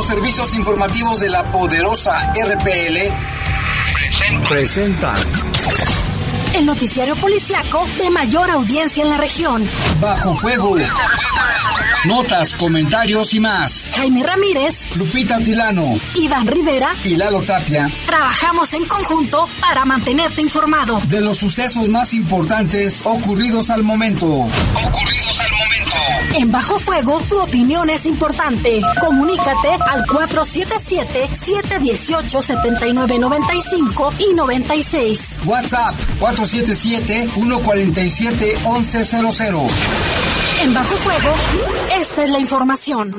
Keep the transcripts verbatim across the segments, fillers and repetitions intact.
servicios informativos de la poderosa R P L presentan el noticiario policiaco de mayor audiencia en la región. Bajo Fuego. Notas, comentarios y más. Jaime Ramírez, Lupita Tilano, Iván Rivera y Lalo Tapia. Trabajamos en conjunto para mantenerte informado de los sucesos más importantes ocurridos al momento. Ocurridos al momento. En Bajo Fuego, tu opinión es importante. Comunícate al cuatro siete siete, siete uno ocho, siete nueve nueve cinco y noventa y seis. WhatsApp cuatro siete siete, uno cuatro siete, once cero cero. En Bajo Fuego, esta es la información.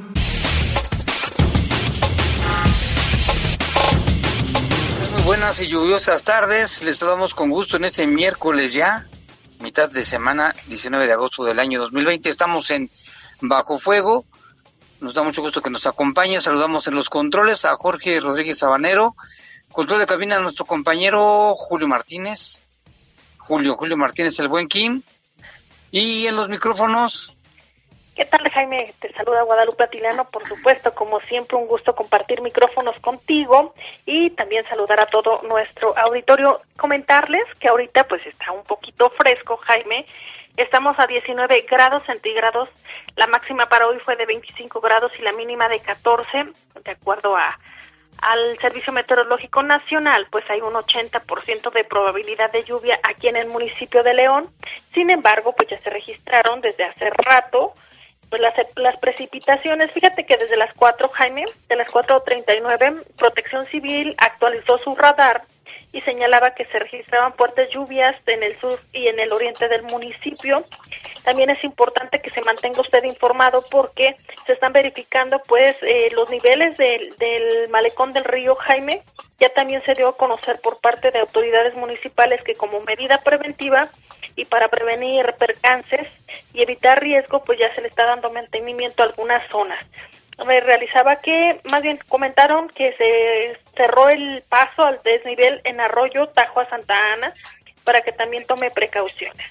Muy buenas y lluviosas tardes. Les saludamos con gusto en este miércoles ya, mitad de semana, diecinueve de agosto del año dos mil veinte. Estamos en Bajo Fuego. Nos da mucho gusto que nos acompañe. Saludamos en los controles a Jorge Rodríguez Sabanero. Control de cabina a nuestro compañero Julio Martínez. Julio, Julio Martínez, el buen Kim. Y en los micrófonos. ¿Qué tal, Jaime? Te saluda Guadalupe Atilano, por supuesto, como siempre, un gusto compartir micrófonos contigo y también saludar a todo nuestro auditorio. Comentarles que ahorita pues está un poquito fresco, Jaime. Estamos a diecinueve grados centígrados, la máxima para hoy fue de veinticinco grados y la mínima de catorce, de acuerdo a al Servicio Meteorológico Nacional, pues hay un ochenta por ciento de probabilidad de lluvia aquí en el municipio de León. Sin embargo, pues ya se registraron desde hace rato pues las, las precipitaciones. Fíjate que desde las cuatro, Jaime, de las cuatro treinta y nueve, Protección Civil actualizó su radar y señalaba que se registraban fuertes lluvias en el sur y en el oriente del municipio. También es importante que se mantenga usted informado porque se están verificando pues eh, los niveles del, del malecón del río Jaime. Ya también se dio a conocer por parte de autoridades municipales que como medida preventiva y para prevenir percances y evitar riesgo, pues ya se le está dando mantenimiento a algunas zonas. Me realizaba que, más bien comentaron que se cerró el paso al desnivel en Arroyo Tajo a Santa Ana para que también tome precauciones.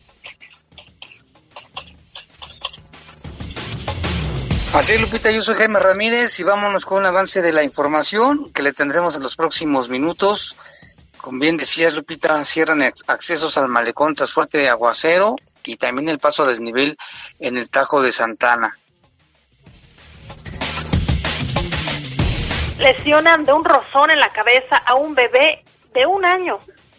Así es, Lupita, yo soy Jaime Ramírez y vámonos con un avance de la información que le tendremos en los próximos minutos. Como bien decías, Lupita, cierran accesos al malecón tras fuerte aguacero y también el paso a desnivel en el Tajo de Santa Ana. Lesionan de un rozón en la cabeza a un bebé de un año.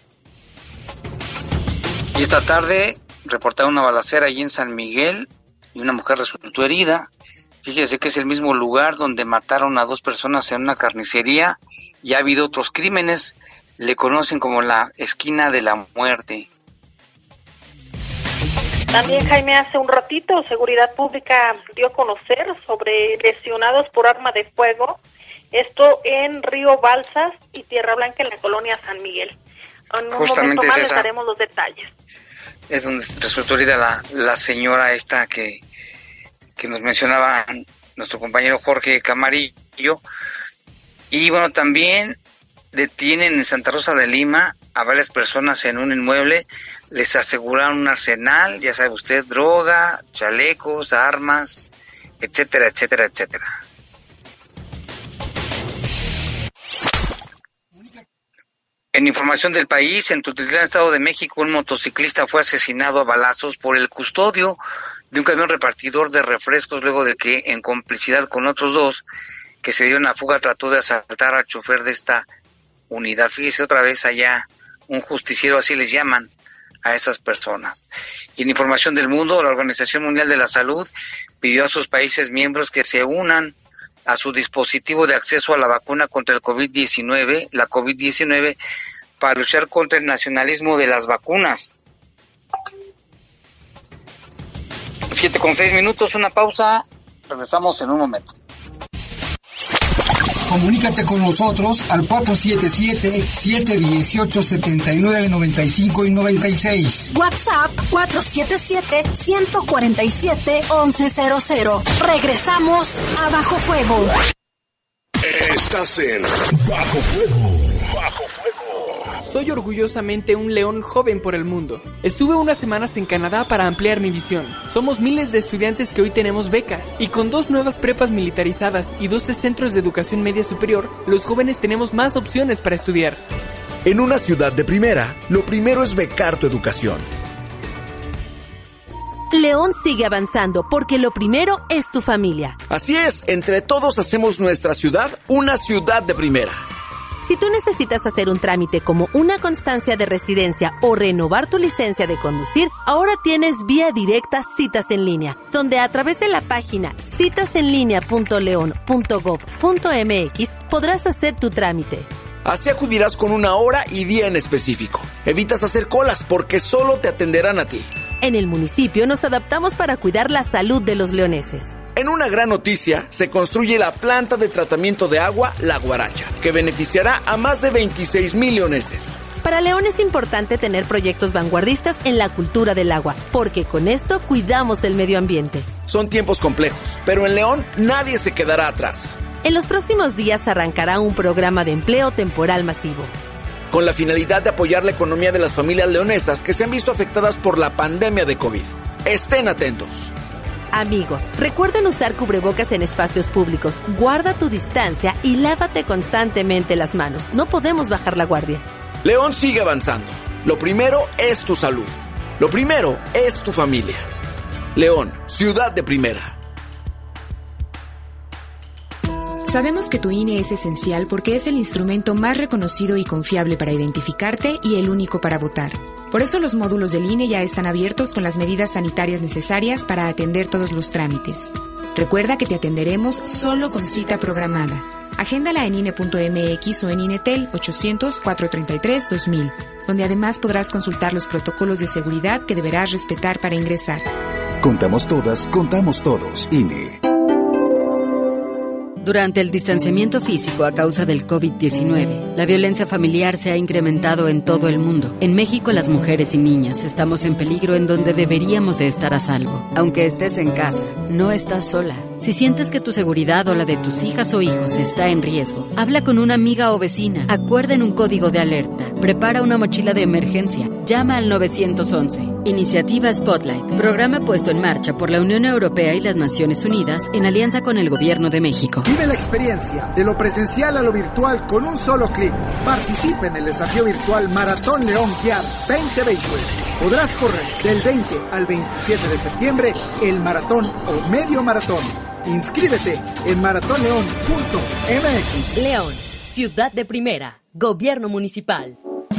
Y esta tarde reportaron una balacera allí en San Miguel y una mujer resultó herida. Fíjese que es el mismo lugar donde mataron a dos personas en una carnicería y ha habido otros crímenes. Le conocen como la esquina de la muerte. También, Jaime, hace un ratito Seguridad Pública dio a conocer sobre lesionados por arma de fuego. Esto en Río Balsas y Tierra Blanca en la colonia San Miguel. En un Justamente momento más es esa. les daremos los detalles. Es donde resultó herida la, la señora esta que, que nos mencionaba nuestro compañero Jorge Camarillo. Y bueno, también detienen en Santa Rosa de Lima a varias personas en un inmueble. Les aseguraron un arsenal, ya sabe usted, droga, chalecos, armas, etcétera, etcétera, etcétera. En información del país, en Tultitlán, Estado de México, un motociclista fue asesinado a balazos por el custodio de un camión repartidor de refrescos luego de que, en complicidad con otros dos que se dieron a fuga, trató de asaltar al chofer de esta unidad. Fíjese otra vez allá, un justiciero, así les llaman a esas personas. Y en información del mundo, la Organización Mundial de la Salud pidió a sus países miembros que se unan a su dispositivo de acceso a la vacuna contra el COVID diecinueve, la COVID diecinueve, para luchar contra el nacionalismo de las vacunas. Siete con seis minutos, una pausa, regresamos en un momento. Comunícate con nosotros al cuatro siete siete, siete uno ocho, siete nueve nueve cinco y noventa y seis. WhatsApp cuatro siete siete, uno cuatro siete, once cero cero. Regresamos a Bajo Fuego. Estás en Bajo Fuego. Bajo Fuego. Soy orgullosamente un león joven por el mundo. Estuve unas semanas en Canadá para ampliar mi visión. Somos miles de estudiantes que hoy tenemos becas, y con dos nuevas prepas militarizadas y doce centros de educación media superior, los jóvenes tenemos más opciones para estudiar. En una ciudad de primera, lo primero es becar tu educación. León sigue avanzando porque lo primero es tu familia. Así es, entre todos hacemos nuestra ciudad una ciudad de primera. Si tú necesitas hacer un trámite como una constancia de residencia o renovar tu licencia de conducir, ahora tienes vía directa Citas en Línea, donde a través de la página citas en línea punto león punto gov punto m x podrás hacer tu trámite. Así acudirás con una hora y día en específico. Evitas hacer colas porque solo te atenderán a ti. En el municipio nos adaptamos para cuidar la salud de los leoneses. En una gran noticia, se construye la planta de tratamiento de agua La Guaracha, que beneficiará a más de veintiséis mil leoneses. Para León es importante tener proyectos vanguardistas en la cultura del agua, porque con esto cuidamos el medio ambiente. Son tiempos complejos, pero en León nadie se quedará atrás. En los próximos días arrancará un programa de empleo temporal masivo, con la finalidad de apoyar la economía de las familias leonesas que se han visto afectadas por la pandemia de COVID. Estén atentos. Amigos, recuerden usar cubrebocas en espacios públicos, guarda tu distancia y lávate constantemente las manos. No podemos bajar la guardia. León sigue avanzando. Lo primero es tu salud. Lo primero es tu familia. León, ciudad de primera. Sabemos que tu I N E es esencial porque es el instrumento más reconocido y confiable para identificarte y el único para votar. Por eso los módulos del I N E ya están abiertos con las medidas sanitarias necesarias para atender todos los trámites. Recuerda que te atenderemos solo con cita programada. Agéndala en I N E punto m x o en INETEL ochocientos, cuatrocientos treinta y tres, dos mil, donde además podrás consultar los protocolos de seguridad que deberás respetar para ingresar. Contamos todas, contamos todos. I N E. Durante el distanciamiento físico a causa del COVID diecinueve, la violencia familiar se ha incrementado en todo el mundo. En México, las mujeres y niñas estamos en peligro en donde deberíamos de estar a salvo. Aunque estés en casa, no estás sola. Si sientes que tu seguridad o la de tus hijas o hijos está en riesgo, habla con una amiga o vecina, acuerden un código de alerta, prepara una mochila de emergencia, llama al nueve once. Iniciativa Spotlight, programa puesto en marcha por la Unión Europea y las Naciones Unidas en alianza con el Gobierno de México. Vive la experiencia de lo presencial a lo virtual con un solo clic. Participa en el desafío virtual Maratón León Guiar veinte veinte. Podrás correr del veinte al veintisiete de septiembre el maratón o medio maratón. Inscríbete en maratón león punto m x. León, ciudad de primera, gobierno municipal.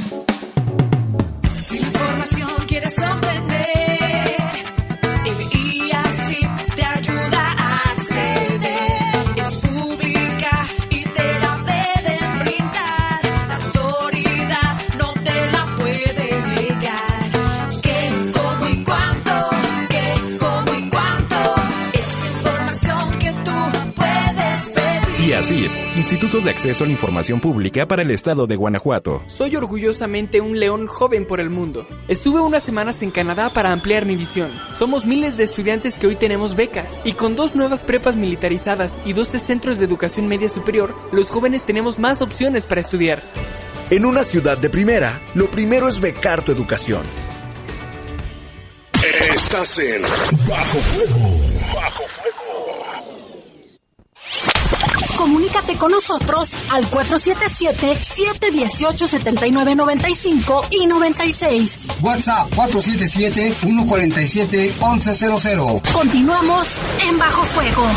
Si la información quieres obtener, el I A C I P te ayuda a acceder. Es pública y te la deben brindar. La autoridad no te la puede negar. ¿Qué, cómo y cuánto? ¿Qué, cómo y cuánto? Es información que tú puedes pedir. I A C I P, Instituto de Acceso a la Información Pública para el Estado de Guanajuato. Soy orgullosamente un león joven por el mundo. Estuve unas semanas en Canadá para ampliar mi visión. Somos miles de estudiantes que hoy tenemos becas, y con dos nuevas prepas militarizadas y doce centros de educación media superior, los jóvenes tenemos más opciones para estudiar. En una ciudad de primera, lo primero es becar tu educación. Estás en Bajo Fuego. Bajo Fuego. Comunícate con nosotros al cuatro siete siete, siete uno ocho, siete nueve nueve cinco y noventa y seis. WhatsApp cuatro siete siete, uno cuatro siete, once cero cero. Continuamos en Bajo Fuego.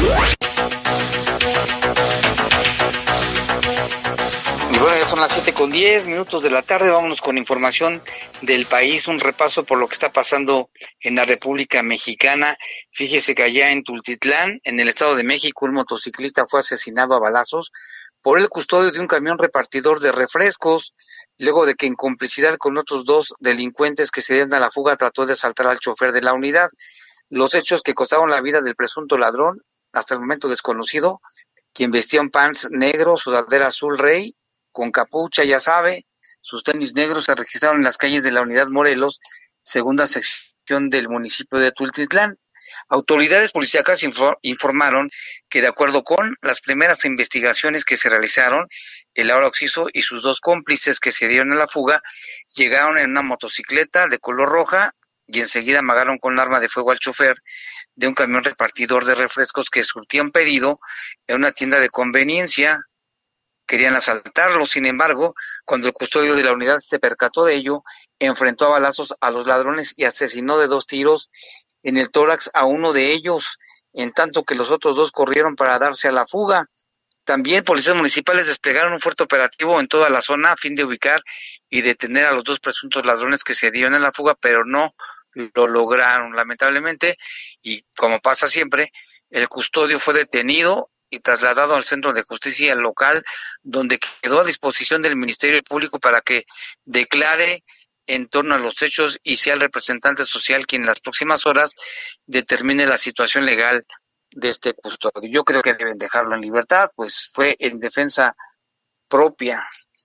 Y bueno, ya son las siete con diez minutos de la tarde. Vámonos con información del país, un repaso por lo que está pasando en la República Mexicana. Fíjese que allá en Tultitlán, en el Estado de México, un motociclista fue asesinado a balazos por el custodio de un camión repartidor de refrescos, luego de que en complicidad con otros dos delincuentes que se dieron a la fuga trató de asaltar al chofer de la unidad. Los hechos que costaron la vida del presunto ladrón, hasta el momento desconocido, quien vestía un pants negro, sudadera azul rey, con capucha, ya sabe, sus tenis negros, se registraron en las calles de la Unidad Morelos, segunda sección del municipio de Tultitlán. Autoridades policíacas infor- informaron que de acuerdo con las primeras investigaciones que se realizaron, el ahora occiso y sus dos cómplices que se dieron a la fuga llegaron en una motocicleta de color roja y enseguida amagaron con arma de fuego al chofer de un camión repartidor de refrescos que surtía un pedido en una tienda de conveniencia. Querían asaltarlo, sin embargo, cuando el custodio de la unidad se percató de ello, enfrentó a balazos a los ladrones y asesinó de dos tiros en el tórax a uno de ellos, en tanto que los otros dos corrieron para darse a la fuga. También policías municipales desplegaron un fuerte operativo en toda la zona a fin de ubicar y detener a los dos presuntos ladrones que se dieron a la fuga, pero no lo lograron, lamentablemente, y como pasa siempre, el custodio fue detenido y trasladado al Centro de Justicia local, donde quedó a disposición del Ministerio Público para que declare en torno a los hechos y sea el representante social quien en las próximas horas determine la situación legal de este custodio. Yo creo que deben dejarlo en libertad, pues fue en defensa propia.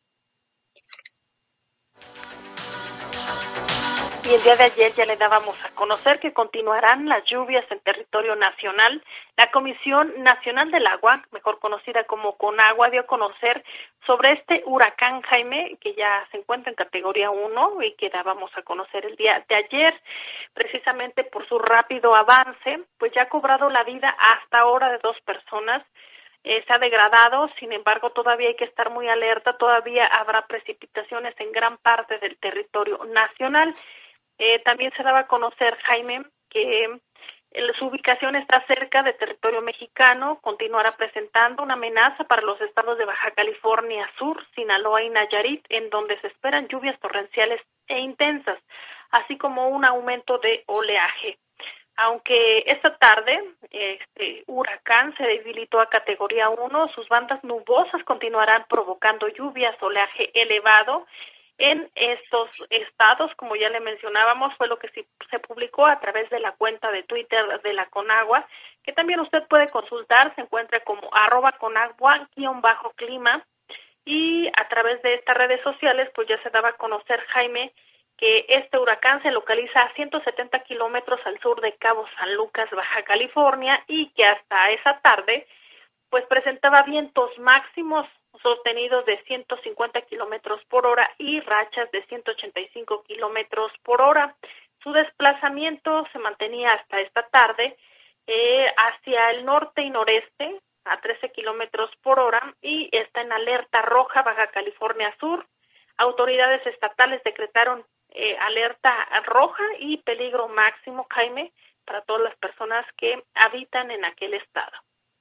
Y el día de ayer ya le dábamos a conocer que continuarán las lluvias en territorio nacional. La Comisión Nacional del Agua, mejor conocida como CONAGUA, dio a conocer sobre este huracán Jaime, que ya se encuentra en categoría uno y que dábamos a conocer el día de ayer, precisamente por su rápido avance, pues ya ha cobrado la vida hasta ahora de dos personas. Eh, se ha degradado, sin embargo todavía hay que estar muy alerta, todavía habrá precipitaciones en gran parte del territorio nacional. Eh, también se daba a conocer, Jaime, que eh, su ubicación está cerca de territorio mexicano, continuará presentando una amenaza para los estados de Baja California Sur, Sinaloa y Nayarit, en donde se esperan lluvias torrenciales e intensas, así como un aumento de oleaje. Aunque esta tarde este huracán se debilitó a categoría uno, sus bandas nubosas continuarán provocando lluvias, oleaje elevado en estos estados, como ya le mencionábamos, fue lo que se publicó a través de la cuenta de Twitter de la CONAGUA, que también usted puede consultar, se encuentra como arroba conagua guión bajo clima, y a través de estas redes sociales pues ya se daba a conocer, Jaime, que este huracán se localiza a ciento setenta kilómetros al sur de Cabo San Lucas, Baja California, y que hasta esa tarde pues presentaba vientos máximos sostenidos de ciento cincuenta kilómetros por hora y rachas de ciento ochenta y cinco kilómetros por hora. Su desplazamiento se mantenía hasta esta tarde eh, hacia el norte y noreste a trece kilómetros por hora y está en alerta roja Baja California Sur. Autoridades estatales decretaron eh, alerta roja y peligro máximo, Jaime, para todas las personas que habitan en aquel estado.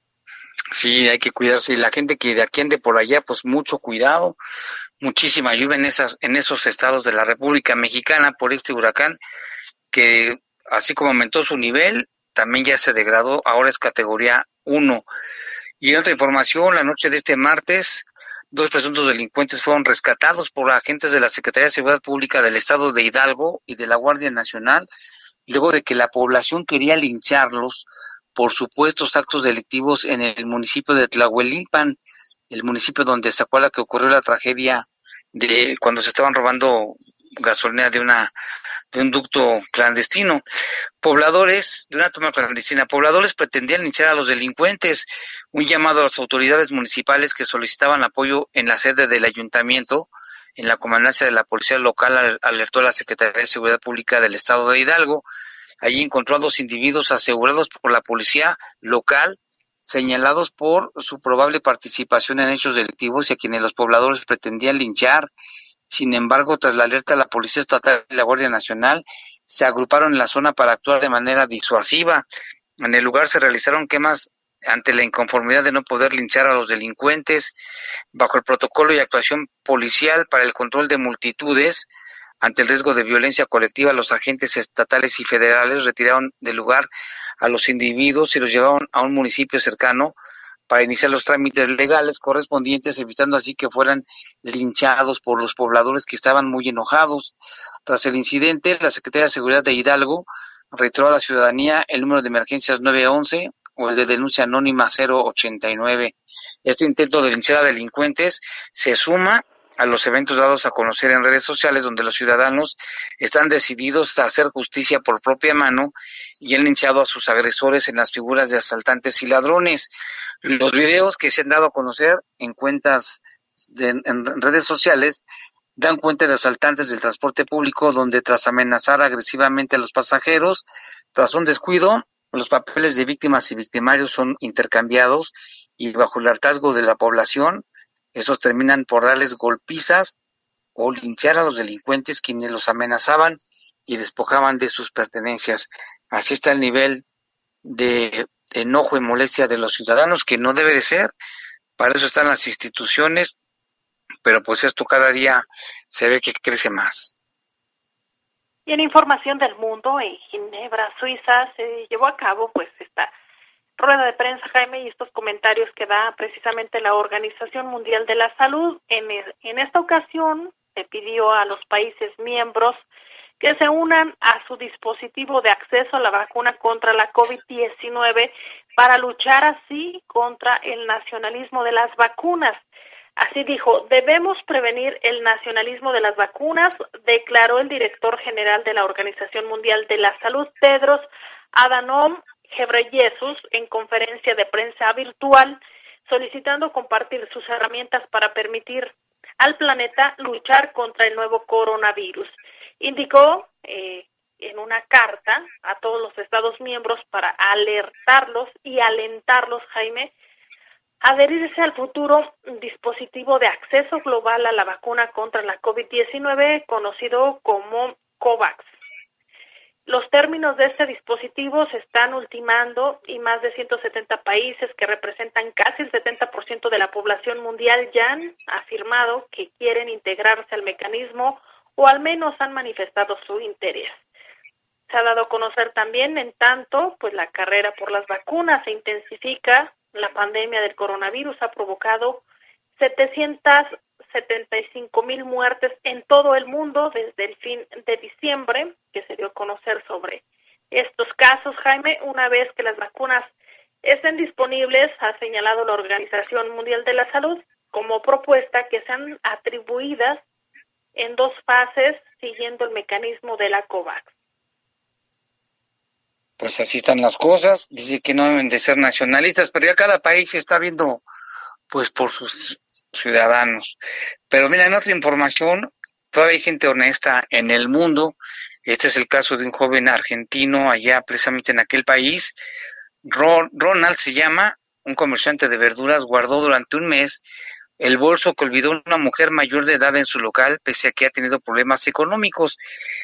Sí, hay que cuidarse, y la gente que de aquí ande por allá, pues mucho cuidado, muchísima lluvia en esas, en esos estados de la República Mexicana por este huracán, que así como aumentó su nivel, también ya se degradó, ahora es categoría uno. Y en otra información, la noche de este martes, dos presuntos delincuentes fueron rescatados por agentes de la Secretaría de Seguridad Pública del Estado de Hidalgo y de la Guardia Nacional, luego de que la población quería lincharlos por supuestos actos delictivos en el municipio de Tlahuelilpan, el municipio donde se acuerda que ocurrió la tragedia de cuando se estaban robando gasolina de una de un ducto clandestino. Pobladores de una toma clandestina, pobladores pretendían linchar a los delincuentes. Un llamado a las autoridades municipales que solicitaban apoyo en la sede del ayuntamiento, en la comandancia de la policía local, alertó a la Secretaría de Seguridad Pública del Estado de Hidalgo. Allí encontró a dos individuos asegurados por la policía local, señalados por su probable participación en hechos delictivos y a quienes los pobladores pretendían linchar. Sin embargo, tras la alerta de la Policía Estatal y la Guardia Nacional, se agruparon en la zona para actuar de manera disuasiva. En el lugar se realizaron quemas ante la inconformidad de no poder linchar a los delincuentes. Bajo el protocolo y actuación policial para el control de multitudes, ante el riesgo de violencia colectiva, los agentes estatales y federales retiraron del lugar a los individuos y los llevaron a un municipio cercano para iniciar los trámites legales correspondientes, evitando así que fueran linchados por los pobladores que estaban muy enojados. Tras el incidente, la Secretaría de Seguridad de Hidalgo reiteró a la ciudadanía el número de emergencias nueve once o el de denuncia anónima cero ochenta y nueve. Este intento de linchar a delincuentes se suma a los eventos dados a conocer en redes sociales, donde los ciudadanos están decididos a hacer justicia por propia mano y han linchado a sus agresores en las figuras de asaltantes y ladrones. Los videos que se han dado a conocer en cuentas de, en redes sociales dan cuenta de asaltantes del transporte público donde tras amenazar agresivamente a los pasajeros, tras un descuido, los papeles de víctimas y victimarios son intercambiados y bajo el hartazgo de la población, esos terminan por darles golpizas o linchar a los delincuentes quienes los amenazaban y despojaban de sus pertenencias. Así está el nivel de enojo y molestia de los ciudadanos, que no debe de ser, para eso están las instituciones, pero pues esto cada día se ve que crece más. Y en información del mundo, en Ginebra, Suiza, se llevó a cabo pues esta rueda de prensa, Jaime, y estos comentarios que da precisamente la Organización Mundial de la Salud. En, en esta ocasión se pidió a los países miembros que se unan a su dispositivo de acceso a la vacuna contra la COVID diecinueve para luchar así contra el nacionalismo de las vacunas. Así dijo, debemos prevenir el nacionalismo de las vacunas, declaró el director general de la Organización Mundial de la Salud, Tedros Adhanom Ghebreyesus, en conferencia de prensa virtual, solicitando compartir sus herramientas para permitir al planeta luchar contra el nuevo coronavirus. Indicó eh, en una carta a todos los Estados miembros para alertarlos y alentarlos, Jaime, a adherirse al futuro dispositivo de acceso global a la vacuna contra la COVID diecinueve, conocido como COVAX. Los términos de este dispositivo se están ultimando y más de ciento setenta países que representan casi el setenta por ciento de la población mundial ya han afirmado que quieren integrarse al mecanismo o al menos han manifestado su interés. Se ha dado a conocer también, en tanto, pues la carrera por las vacunas se intensifica. La pandemia del coronavirus ha provocado setecientas setenta y cinco mil muertes en todo el mundo desde el fin de diciembre, que se dio a conocer sobre estos casos, Jaime. Una vez que las vacunas estén disponibles, ha señalado la Organización Mundial de la Salud como propuesta que sean atribuidas en dos fases siguiendo el mecanismo de la COVAX. Pues así están las cosas, dice que no deben de ser nacionalistas, pero ya cada país está viendo pues por sus ciudadanos. Pero mira, en otra información, todavía hay gente honesta en el mundo. Este es el caso de un joven argentino allá precisamente en aquel país. Ron, Ronald se llama, un comerciante de verduras, guardó durante un mes el bolso que olvidó una mujer mayor de edad en su local, pese a que ha tenido problemas económicos.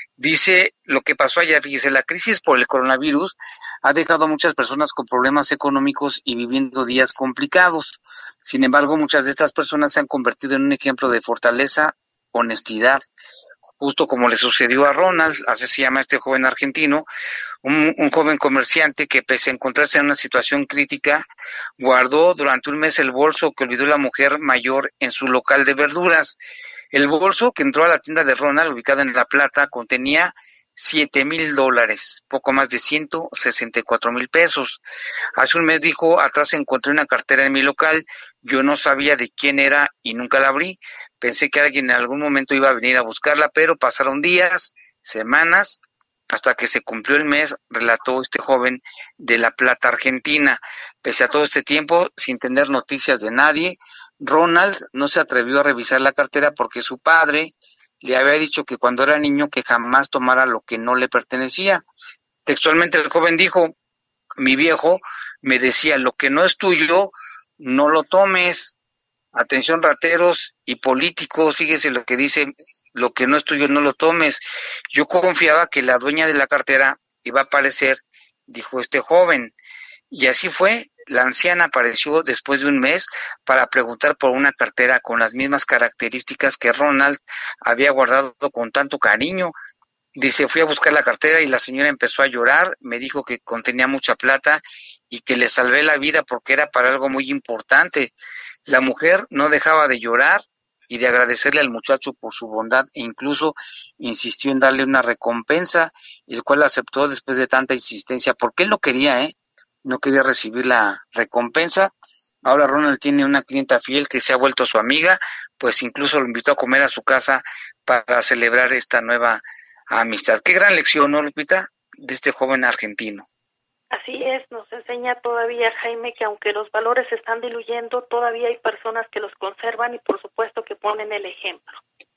Dice lo que pasó allá, fíjese, la crisis por el coronavirus ha dejado a muchas personas con problemas económicos y viviendo días complicados. Sin embargo, muchas de estas personas se han convertido en un ejemplo de fortaleza, honestidad, justo como le sucedió a Ronald, así se llama este joven argentino, un, un joven comerciante que pese a encontrarse en una situación crítica, guardó durante un mes el bolso que olvidó la mujer mayor en su local de verduras. El bolso que entró a la tienda de Ronald, ubicada en La Plata, contenía siete mil dólares, poco más de ciento sesenta y cuatro mil pesos. Hace un mes dijo, atrás encontré una cartera en mi local, yo no sabía de quién era y nunca la abrí, pensé que alguien en algún momento iba a venir a buscarla, pero pasaron días, semanas, hasta que se cumplió el mes, relató este joven de La Plata, Argentina. Pese a todo este tiempo, sin tener noticias de nadie, Ronald no se atrevió a revisar la cartera porque su padre le había dicho que cuando era niño que jamás tomara lo que no le pertenecía. Textualmente el joven dijo, mi viejo me decía, lo que no es tuyo, no lo tomes. Atención rateros y políticos, fíjese lo que dice, lo que no es tuyo, no lo tomes. Yo confiaba que la dueña de la cartera iba a aparecer, dijo este joven. Y así fue. La anciana apareció después de un mes para preguntar por una cartera con las mismas características que Ronald había guardado con tanto cariño. Dice, fui a buscar la cartera y la señora empezó a llorar, me dijo que contenía mucha plata y que le salvé la vida porque era para algo muy importante. La mujer no dejaba de llorar y de agradecerle al muchacho por su bondad e incluso insistió en darle una recompensa, el cual aceptó después de tanta insistencia, porque él no quería, ¿eh? no quería recibir la recompensa. Ahora Ronald tiene una clienta fiel que se ha vuelto su amiga, pues incluso lo invitó a comer a su casa para celebrar esta nueva amistad. Qué gran lección, ¿no, Lupita?, de este joven argentino. Así es, nos enseña todavía, Jaime, que aunque los valores se están diluyendo, todavía hay personas que los conservan y por supuesto que ponen el ejemplo.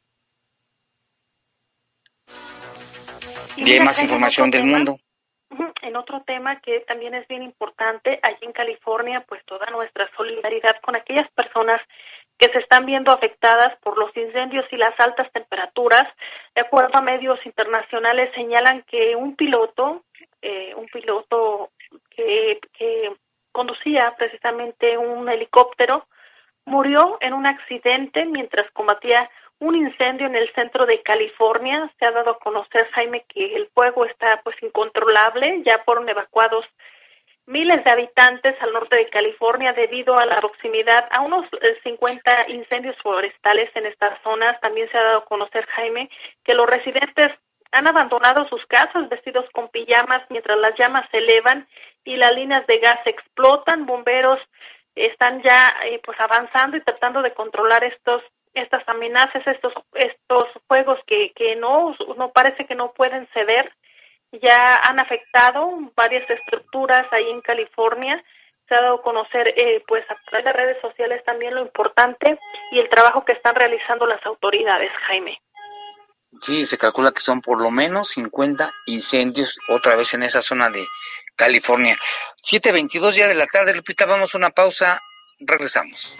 Y, y hay más información del tema, mundo. En otro tema que también es bien importante, allí en California, pues toda nuestra solidaridad con aquellas personas que se están viendo afectadas por los incendios y las altas temperaturas. De acuerdo a medios internacionales, señalan que un piloto, eh, un piloto que, que conducía precisamente un helicóptero, murió en un accidente mientras combatía un incendio en el centro de California. Se ha dado a conocer, Jaime, que el fuego está pues incontrolable. Ya fueron evacuados miles de habitantes al norte de California debido a la proximidad a unos cincuenta incendios forestales en estas zonas. También se ha dado a conocer, Jaime, que los residentes han abandonado sus casas vestidos con pijamas mientras las llamas se elevan y las líneas de gas explotan. Bomberos están ya eh, pues avanzando y tratando de controlar estos estas amenazas, estos estos fuegos que que no no parece que no pueden ceder. Ya han afectado varias estructuras ahí en California. Se ha dado a conocer eh, pues a través de redes sociales también lo importante y el trabajo que están realizando las autoridades, Jaime. Sí, se calcula que son por lo menos cincuenta incendios otra vez en esa zona de California. siete veintidós ya de la tarde, Lupita, vamos a una pausa, regresamos.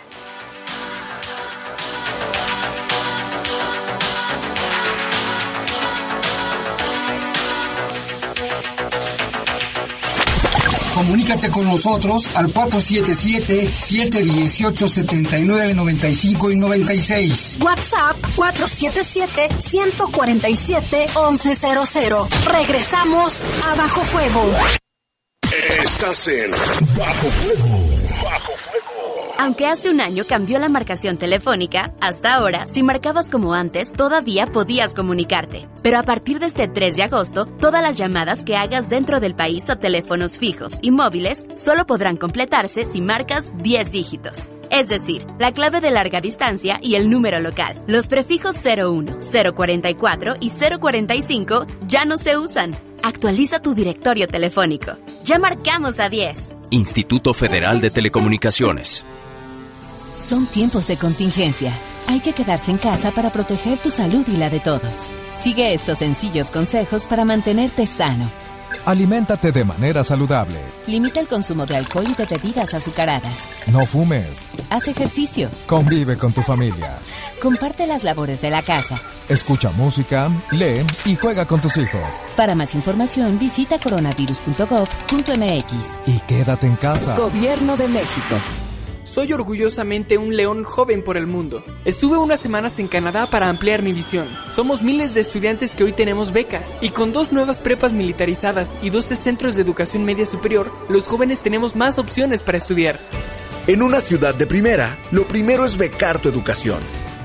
Comunícate con nosotros al cuatro siete siete, siete uno ocho, siete nueve nueve cinco y noventa y seis. WhatsApp cuatro siete siete, uno cuatro siete, once cero cero. Regresamos a Bajo Fuego. Estás en Bajo Fuego. Bajo Fuego. Aunque hace un año cambió la marcación telefónica, hasta ahora, si marcabas como antes, todavía podías comunicarte. Pero a partir de este tres de agosto, todas las llamadas que hagas dentro del país a teléfonos fijos y móviles solo podrán completarse si marcas diez dígitos. Es decir, la clave de larga distancia y el número local. Los prefijos cero uno, cero cuarenta y cuatro y cero cuarenta y cinco ya no se usan. Actualiza tu directorio telefónico. Ya marcamos a diez. Instituto Federal de Telecomunicaciones. Son tiempos de contingencia. Hay que quedarse en casa para proteger tu salud y la de todos. Sigue estos sencillos consejos para mantenerte sano. Aliméntate de manera saludable. Limita el consumo de alcohol y de bebidas azucaradas. No fumes. Haz ejercicio. Convive con tu familia. Comparte las labores de la casa. Escucha música, lee y juega con tus hijos. Para más información, visita coronavirus punto gov punto mx. Y quédate en casa. Gobierno de México. Soy orgullosamente un león joven por el mundo. Estuve unas semanas en Canadá para ampliar mi visión. Somos miles de estudiantes que hoy tenemos becas, y con dos nuevas prepas militarizadas y doce centros de educación media superior, los jóvenes tenemos más opciones para estudiar. En una ciudad de primera, lo primero es becar tu educación.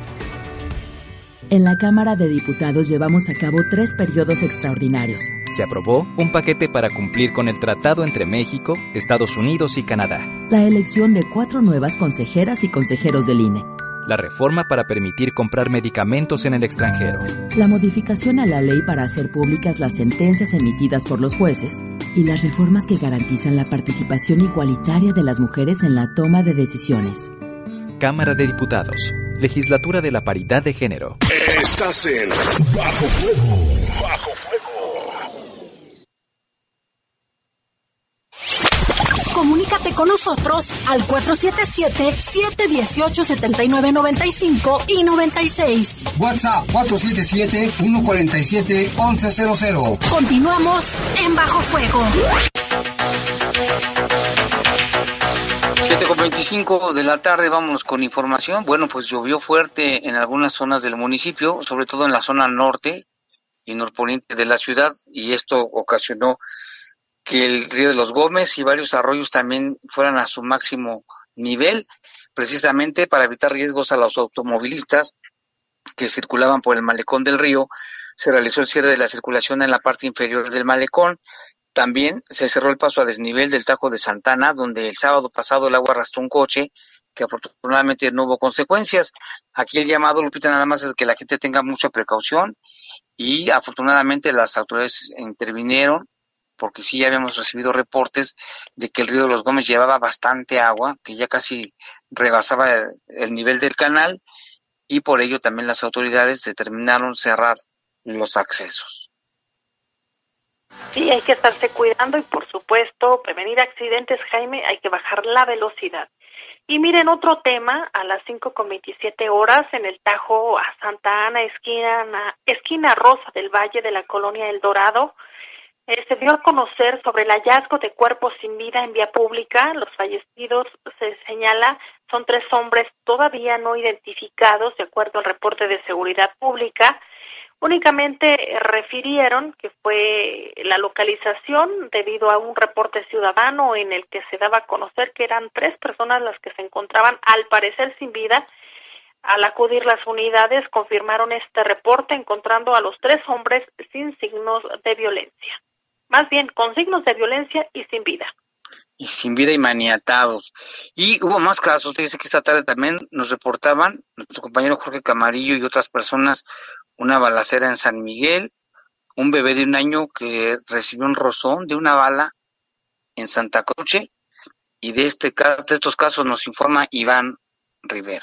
En la Cámara de Diputados llevamos a cabo tres periodos extraordinarios. Se aprobó un paquete para cumplir con el tratado entre México, Estados Unidos y Canadá. La elección de cuatro nuevas consejeras y consejeros del I N E. La reforma para permitir comprar medicamentos en el extranjero. La modificación a la ley para hacer públicas las sentencias emitidas por los jueces. Y las reformas que garantizan la participación igualitaria de las mujeres en la toma de decisiones. Cámara de Diputados. Legislatura de la Paridad de Género. Estás en Bajo Fuego. Bajo Fuego. Comunícate con nosotros al cuatro siete siete, siete uno ocho, siete nueve nueve cinco y noventa y seis. WhatsApp cuatro siete siete, uno cuatro siete, once cero cero. Continuamos en Bajo Fuego. siete con veinticinco de la tarde, vámonos con información. Bueno, pues llovió fuerte en algunas zonas del municipio, sobre todo en la zona norte y norponiente de la ciudad, y esto ocasionó que el río de los Gómez y varios arroyos también fueran a su máximo nivel, precisamente para evitar riesgos a los automovilistas que circulaban por el malecón del río. Se realizó el cierre de la circulación en la parte inferior del malecón. También se cerró el paso a desnivel del Tajo de Santana, donde el sábado pasado el agua arrastró un coche, que afortunadamente no hubo consecuencias. Aquí el llamado, Lupita, nada más es que la gente tenga mucha precaución, y afortunadamente las autoridades intervinieron porque sí ya habíamos recibido reportes de que el río de los Gómez llevaba bastante agua, que ya casi rebasaba el, el nivel del canal, y por ello también las autoridades determinaron cerrar los accesos. Sí, hay que estarse cuidando y por supuesto prevenir accidentes, Jaime, hay que bajar la velocidad. Y miren, otro tema, a las cinco con veintisiete horas en el Tajo a Santa Ana, esquina, esquina Rosa del Valle de la colonia El Dorado, eh, se dio a conocer sobre el hallazgo de cuerpos sin vida en vía pública. Los fallecidos, se señala, son tres hombres todavía no identificados, de acuerdo al reporte de seguridad pública. Únicamente refirieron que fue la localización debido a un reporte ciudadano en el que se daba a conocer que eran tres personas las que se encontraban al parecer sin vida. Al acudir las unidades confirmaron este reporte encontrando a los tres hombres sin signos de violencia. Más bien con signos de violencia y sin vida. Y sin vida y maniatados. Y hubo más casos, fíjese que esta tarde también nos reportaban nuestro compañero Jorge Camarillo y otras personas una balacera en San Miguel, un bebé de un año que recibió un rozón de una bala en Santa Cruz, y de este caso, de estos casos nos informa Iván Rivera.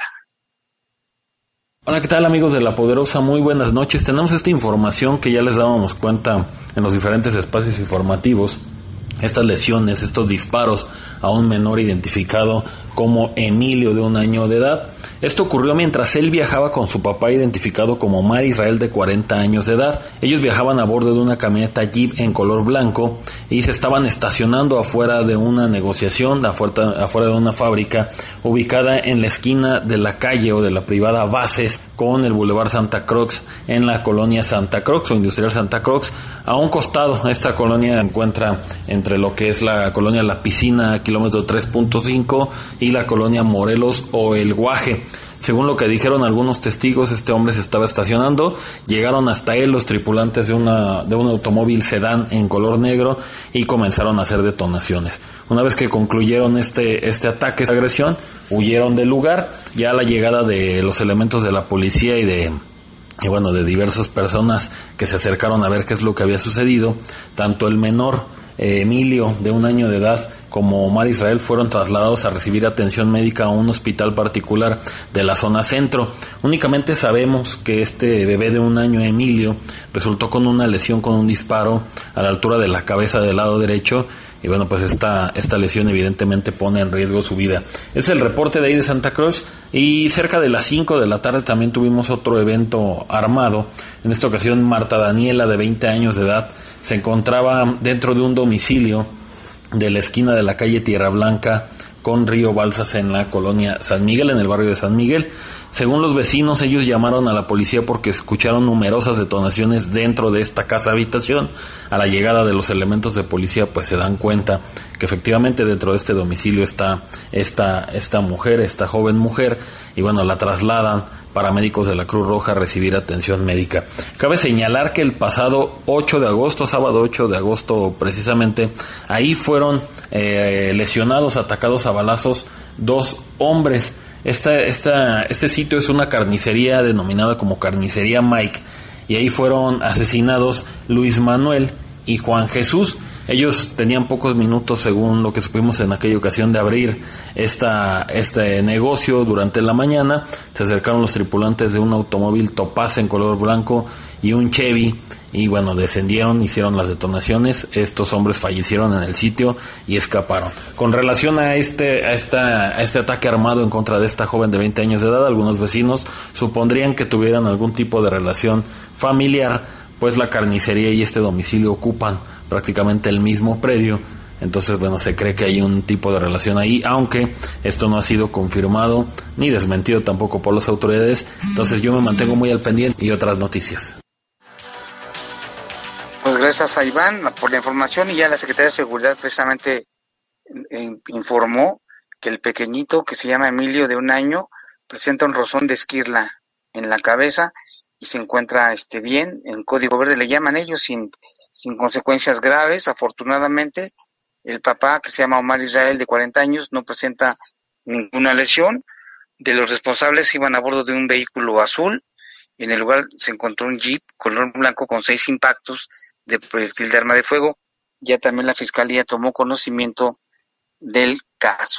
Hola, ¿qué tal amigos de La Poderosa? Muy buenas noches. Tenemos esta información que ya les dábamos cuenta en los diferentes espacios informativos. Estas lesiones, estos disparos a un menor identificado como Emilio de un año de edad. Esto ocurrió mientras él viajaba con su papá identificado como Omar Israel de cuarenta años de edad. Ellos viajaban a bordo de una camioneta Jeep en color blanco y se estaban estacionando afuera de una negociación, afuera, afuera de una fábrica ubicada en la esquina de la calle o de la privada Bases con el Boulevard Santa Cruz en la colonia Santa Cruz o Industrial Santa Cruz. A un costado, esta colonia se encuentra entre lo que es la colonia La Piscina, kilómetro tres punto cinco, y la colonia Morelos o El Guaje. Según lo que dijeron algunos testigos, este hombre se estaba estacionando, llegaron hasta él los tripulantes de una de un automóvil sedán en color negro y comenzaron a hacer detonaciones. Una vez que concluyeron este este ataque, esta agresión, huyeron del lugar. Ya a la llegada de los elementos de la policía y de y bueno, de diversas personas que se acercaron a ver qué es lo que había sucedido, tanto el menor eh, Emilio de un año de edad como Omar Israel fueron trasladados a recibir atención médica a un hospital particular de la zona centro. Únicamente sabemos que este bebé de un año, Emilio, resultó con una lesión con un disparo a la altura de la cabeza del lado derecho. Y bueno, pues esta, esta lesión evidentemente pone en riesgo su vida. Es el reporte de ahí de Santa Cruz. Y cerca de las cinco de la tarde también tuvimos otro evento armado. En esta ocasión Marta Daniela, de veinte años de edad, se encontraba dentro de un domicilio de la esquina de la calle Tierra Blanca con Río Balsas en la colonia San Miguel, en el barrio de San Miguel. Según los vecinos, ellos llamaron a la policía porque escucharon numerosas detonaciones dentro de esta casa habitación. A la llegada de los elementos de policía, pues se dan cuenta que efectivamente dentro de este domicilio está esta, esta mujer, esta joven mujer, y bueno, la trasladan paramédicos de la Cruz Roja a recibir atención médica. Cabe señalar que el pasado ocho de agosto, sábado ocho de agosto precisamente, ahí fueron eh, lesionados, atacados a balazos, dos hombres. Esta, esta, este sitio es una carnicería denominada como Carnicería Mike, y ahí fueron asesinados Luis Manuel y Juan Jesús. Ellos tenían pocos minutos, según lo que supimos en aquella ocasión, de abrir esta, este negocio durante la mañana. Se acercaron los tripulantes de un automóvil Topaz en color blanco y un Chevy, y bueno, descendieron, hicieron las detonaciones. Estos hombres fallecieron en el sitio y escaparon. Con relación a este, a esta, a este ataque armado en contra de esta joven de veinte años de edad, algunos vecinos supondrían que tuvieran algún tipo de relación familiar, pues la carnicería y este domicilio ocupan prácticamente el mismo predio. Entonces, bueno, se cree que hay un tipo de relación ahí, aunque esto no ha sido confirmado ni desmentido tampoco por las autoridades. Entonces yo me mantengo muy al pendiente. Y otras noticias. Pues gracias a Iván por la información, y ya la Secretaría de Seguridad precisamente informó que el pequeñito, que se llama Emilio de un año, presenta un rozón de esquirla en la cabeza y se encuentra este bien, en código verde le llaman ellos, sin, sin consecuencias graves. Afortunadamente, el papá, que se llama Omar Israel, de cuarenta años, no presenta ninguna lesión. De los responsables iban a bordo de un vehículo azul, y en el lugar se encontró un Jeep color blanco con seis impactos de proyectil de arma de fuego. ya también la Fiscalía tomó conocimiento del caso.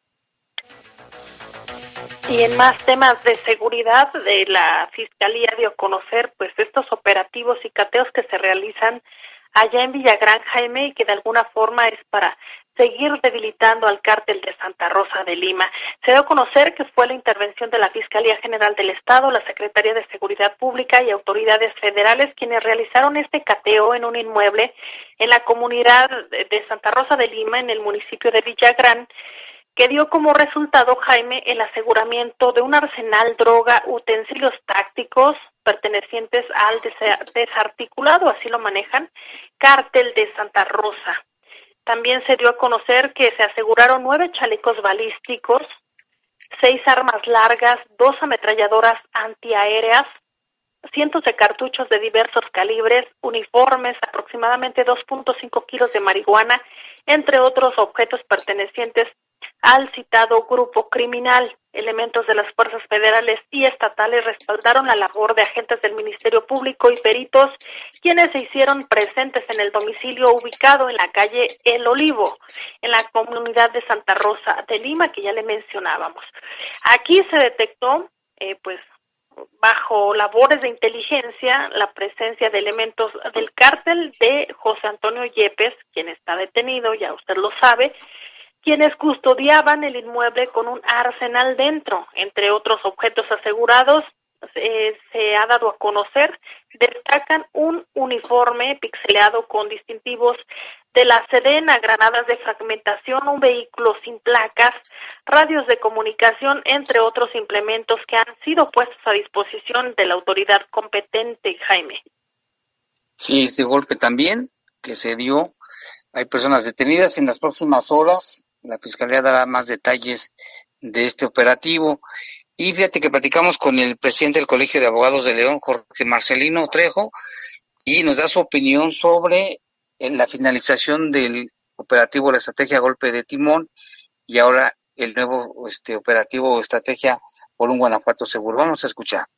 Y en más temas de seguridad, de la Fiscalía dio a conocer pues estos operativos y cateos que se realizan allá en Villagrán, Jaime, y que de alguna forma es para seguir debilitando al cártel de Santa Rosa de Lima. Se dio a conocer que fue la intervención de la Fiscalía General del Estado, la Secretaría de Seguridad Pública y autoridades federales quienes realizaron este cateo en un inmueble en la comunidad de Santa Rosa de Lima, en el municipio de Villagrán, que dio como resultado, Jaime, el aseguramiento de un arsenal, droga, utensilios tácticos pertenecientes al desarticulado, así lo manejan, cártel de Santa Rosa. También se dio a conocer que se aseguraron nueve chalecos balísticos, seis armas largas, dos ametralladoras antiaéreas, cientos de cartuchos de diversos calibres, uniformes, aproximadamente dos punto cinco kilos de marihuana, entre otros objetos pertenecientes al citado grupo criminal. Elementos de las fuerzas federales y estatales respaldaron la labor de agentes del Ministerio Público y peritos, quienes se hicieron presentes en el domicilio ubicado en la calle El Olivo, en la comunidad de Santa Rosa de Lima, que ya le mencionábamos. Aquí se detectó, eh, pues, bajo labores de inteligencia, la presencia de elementos del cártel de José Antonio Yepes, quien está detenido, ya usted lo sabe, quienes custodiaban el inmueble con un arsenal dentro. Entre otros objetos asegurados, eh, se ha dado a conocer, destacan un uniforme pixeleado con distintivos de la Sedena, granadas de fragmentación, un vehículo sin placas, radios de comunicación, entre otros implementos que han sido puestos a disposición de la autoridad competente, Jaime. Sí, este golpe también que se dio, hay personas detenidas. En las próximas horas la Fiscalía dará más detalles de este operativo. Y fíjate que platicamos con el presidente del Colegio de Abogados de León, Jorge Marcelino Trejo, y nos da su opinión sobre la finalización del operativo La Estrategia Golpe de Timón y ahora el nuevo este operativo Estrategia por un Guanajuato Seguro. Vamos a escuchar.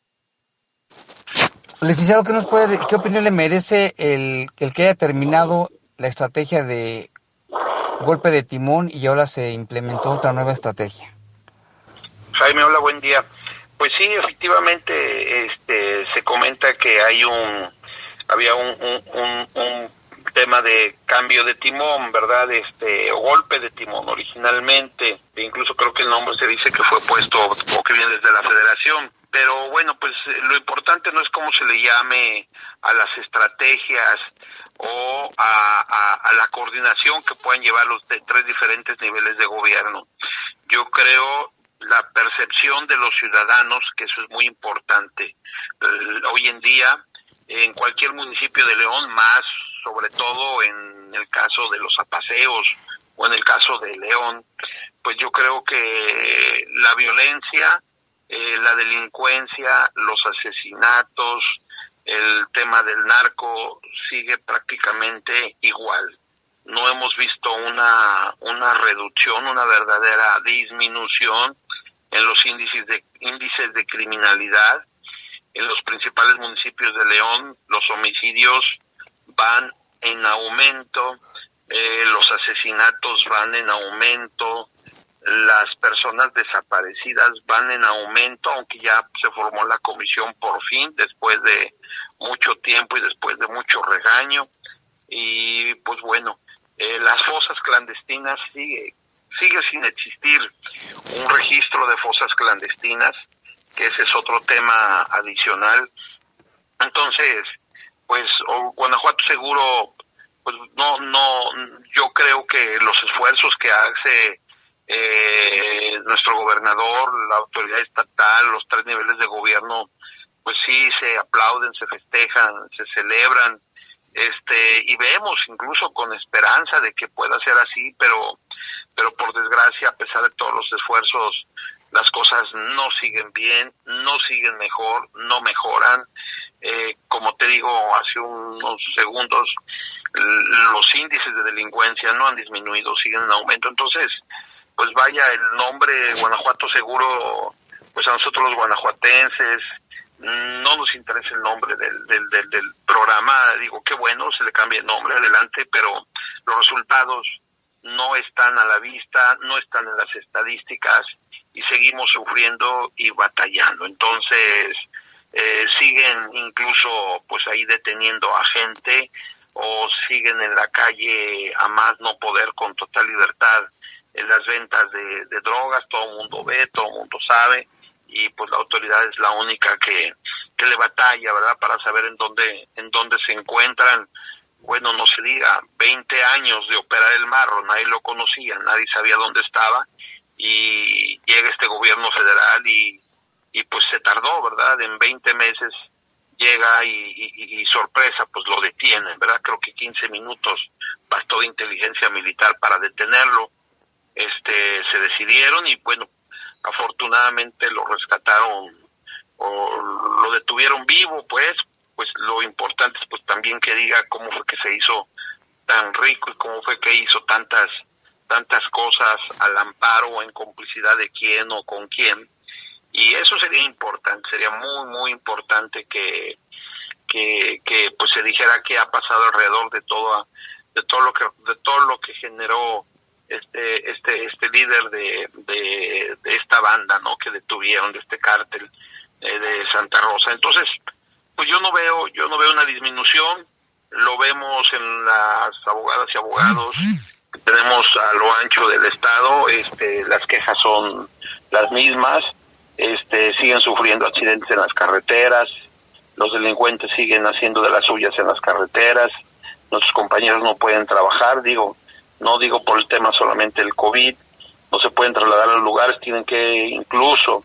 Licenciado, ¿qué nos puede, qué opinión le merece el, el que haya terminado la estrategia de Golpe de Timón y ahora se implementó otra nueva estrategia? Jaime, hola, buen día. Pues sí, efectivamente, este, se comenta que hay un, había un, un, un, un tema de cambio de timón, ¿verdad? Este, o golpe de timón originalmente, e incluso creo que el nombre se dice que fue puesto o que viene desde la Federación. Pero bueno, pues lo importante no es cómo se le llame a las estrategias o a, a, a la coordinación que puedan llevar los de tres diferentes niveles de gobierno. Yo creo la percepción de los ciudadanos, que eso es muy importante. Hoy en día, en cualquier municipio de León, más sobre todo en el caso de los apaseos o en el caso de León, pues yo creo que la violencia, eh, la delincuencia, los asesinatos, el tema del narco sigue prácticamente igual. No hemos visto una una reducción, una verdadera disminución en los índices de índices de criminalidad. En los principales municipios de León, los homicidios van en aumento, eh, los asesinatos van en aumento, las personas desaparecidas van en aumento, aunque ya se formó la comisión por fin, después de mucho tiempo y después de mucho regaño. Y pues bueno, eh, las fosas clandestinas sigue, sigue sin existir un registro de fosas clandestinas, que ese es otro tema adicional. Entonces, pues Guanajuato Seguro, pues no, no, yo creo que los esfuerzos que hace eh, nuestro gobernador, la autoridad estatal, los tres niveles de gobierno, pues sí se aplauden, se festejan, se celebran, este, y vemos incluso con esperanza de que pueda ser así, pero, pero por desgracia, a pesar de todos los esfuerzos, las cosas no siguen bien, no siguen mejor, no mejoran. Eh, como te digo hace unos segundos, los índices de delincuencia no han disminuido, siguen en aumento. Entonces, pues vaya, el nombre Guanajuato Seguro, pues a nosotros los guanajuatenses, no nos interesa el nombre del, del, del, del programa, digo, qué bueno, se le cambia el nombre, adelante, pero los resultados no están a la vista, no están en las estadísticas y seguimos sufriendo y batallando. Entonces, eh, siguen incluso pues ahí deteniendo a gente o siguen en la calle a más no poder con total libertad en las ventas de, de drogas, todo el mundo ve, todo el mundo sabe, y pues la autoridad es la única que, que le batalla, ¿verdad?, para saber en dónde, en dónde se encuentran. Bueno, no se diga, veinte años de operar el marro, nadie lo conocía, nadie sabía dónde estaba, y llega este gobierno federal y, y pues se tardó, ¿verdad?, en veinte meses llega y, y, y sorpresa, pues lo detienen, ¿verdad? Creo que quince minutos bastó de inteligencia militar para detenerlo. Este, se decidieron y bueno, afortunadamente lo rescataron o lo detuvieron vivo, pues, pues lo importante es pues también que diga cómo fue que se hizo tan rico y cómo fue que hizo tantas, tantas cosas al amparo o en complicidad de quién o con quién. Y eso sería importante, sería muy, muy importante que, que, que pues se dijera qué ha pasado alrededor de todo, de todo lo que, de todo lo que generó este, este, este líder de, de, de esta banda, ¿no?, que detuvieron, de este cártel eh, de Santa Rosa. Entonces, pues yo no veo, yo no veo una disminución, lo vemos en las abogadas y abogados que tenemos a lo ancho del estado, este, las quejas son las mismas. Este, siguen sufriendo accidentes en las carreteras, los delincuentes siguen haciendo de las suyas en las carreteras, nuestros compañeros no pueden trabajar, digo, no digo por el tema solamente del COVID, no se pueden trasladar a los lugares, tienen que incluso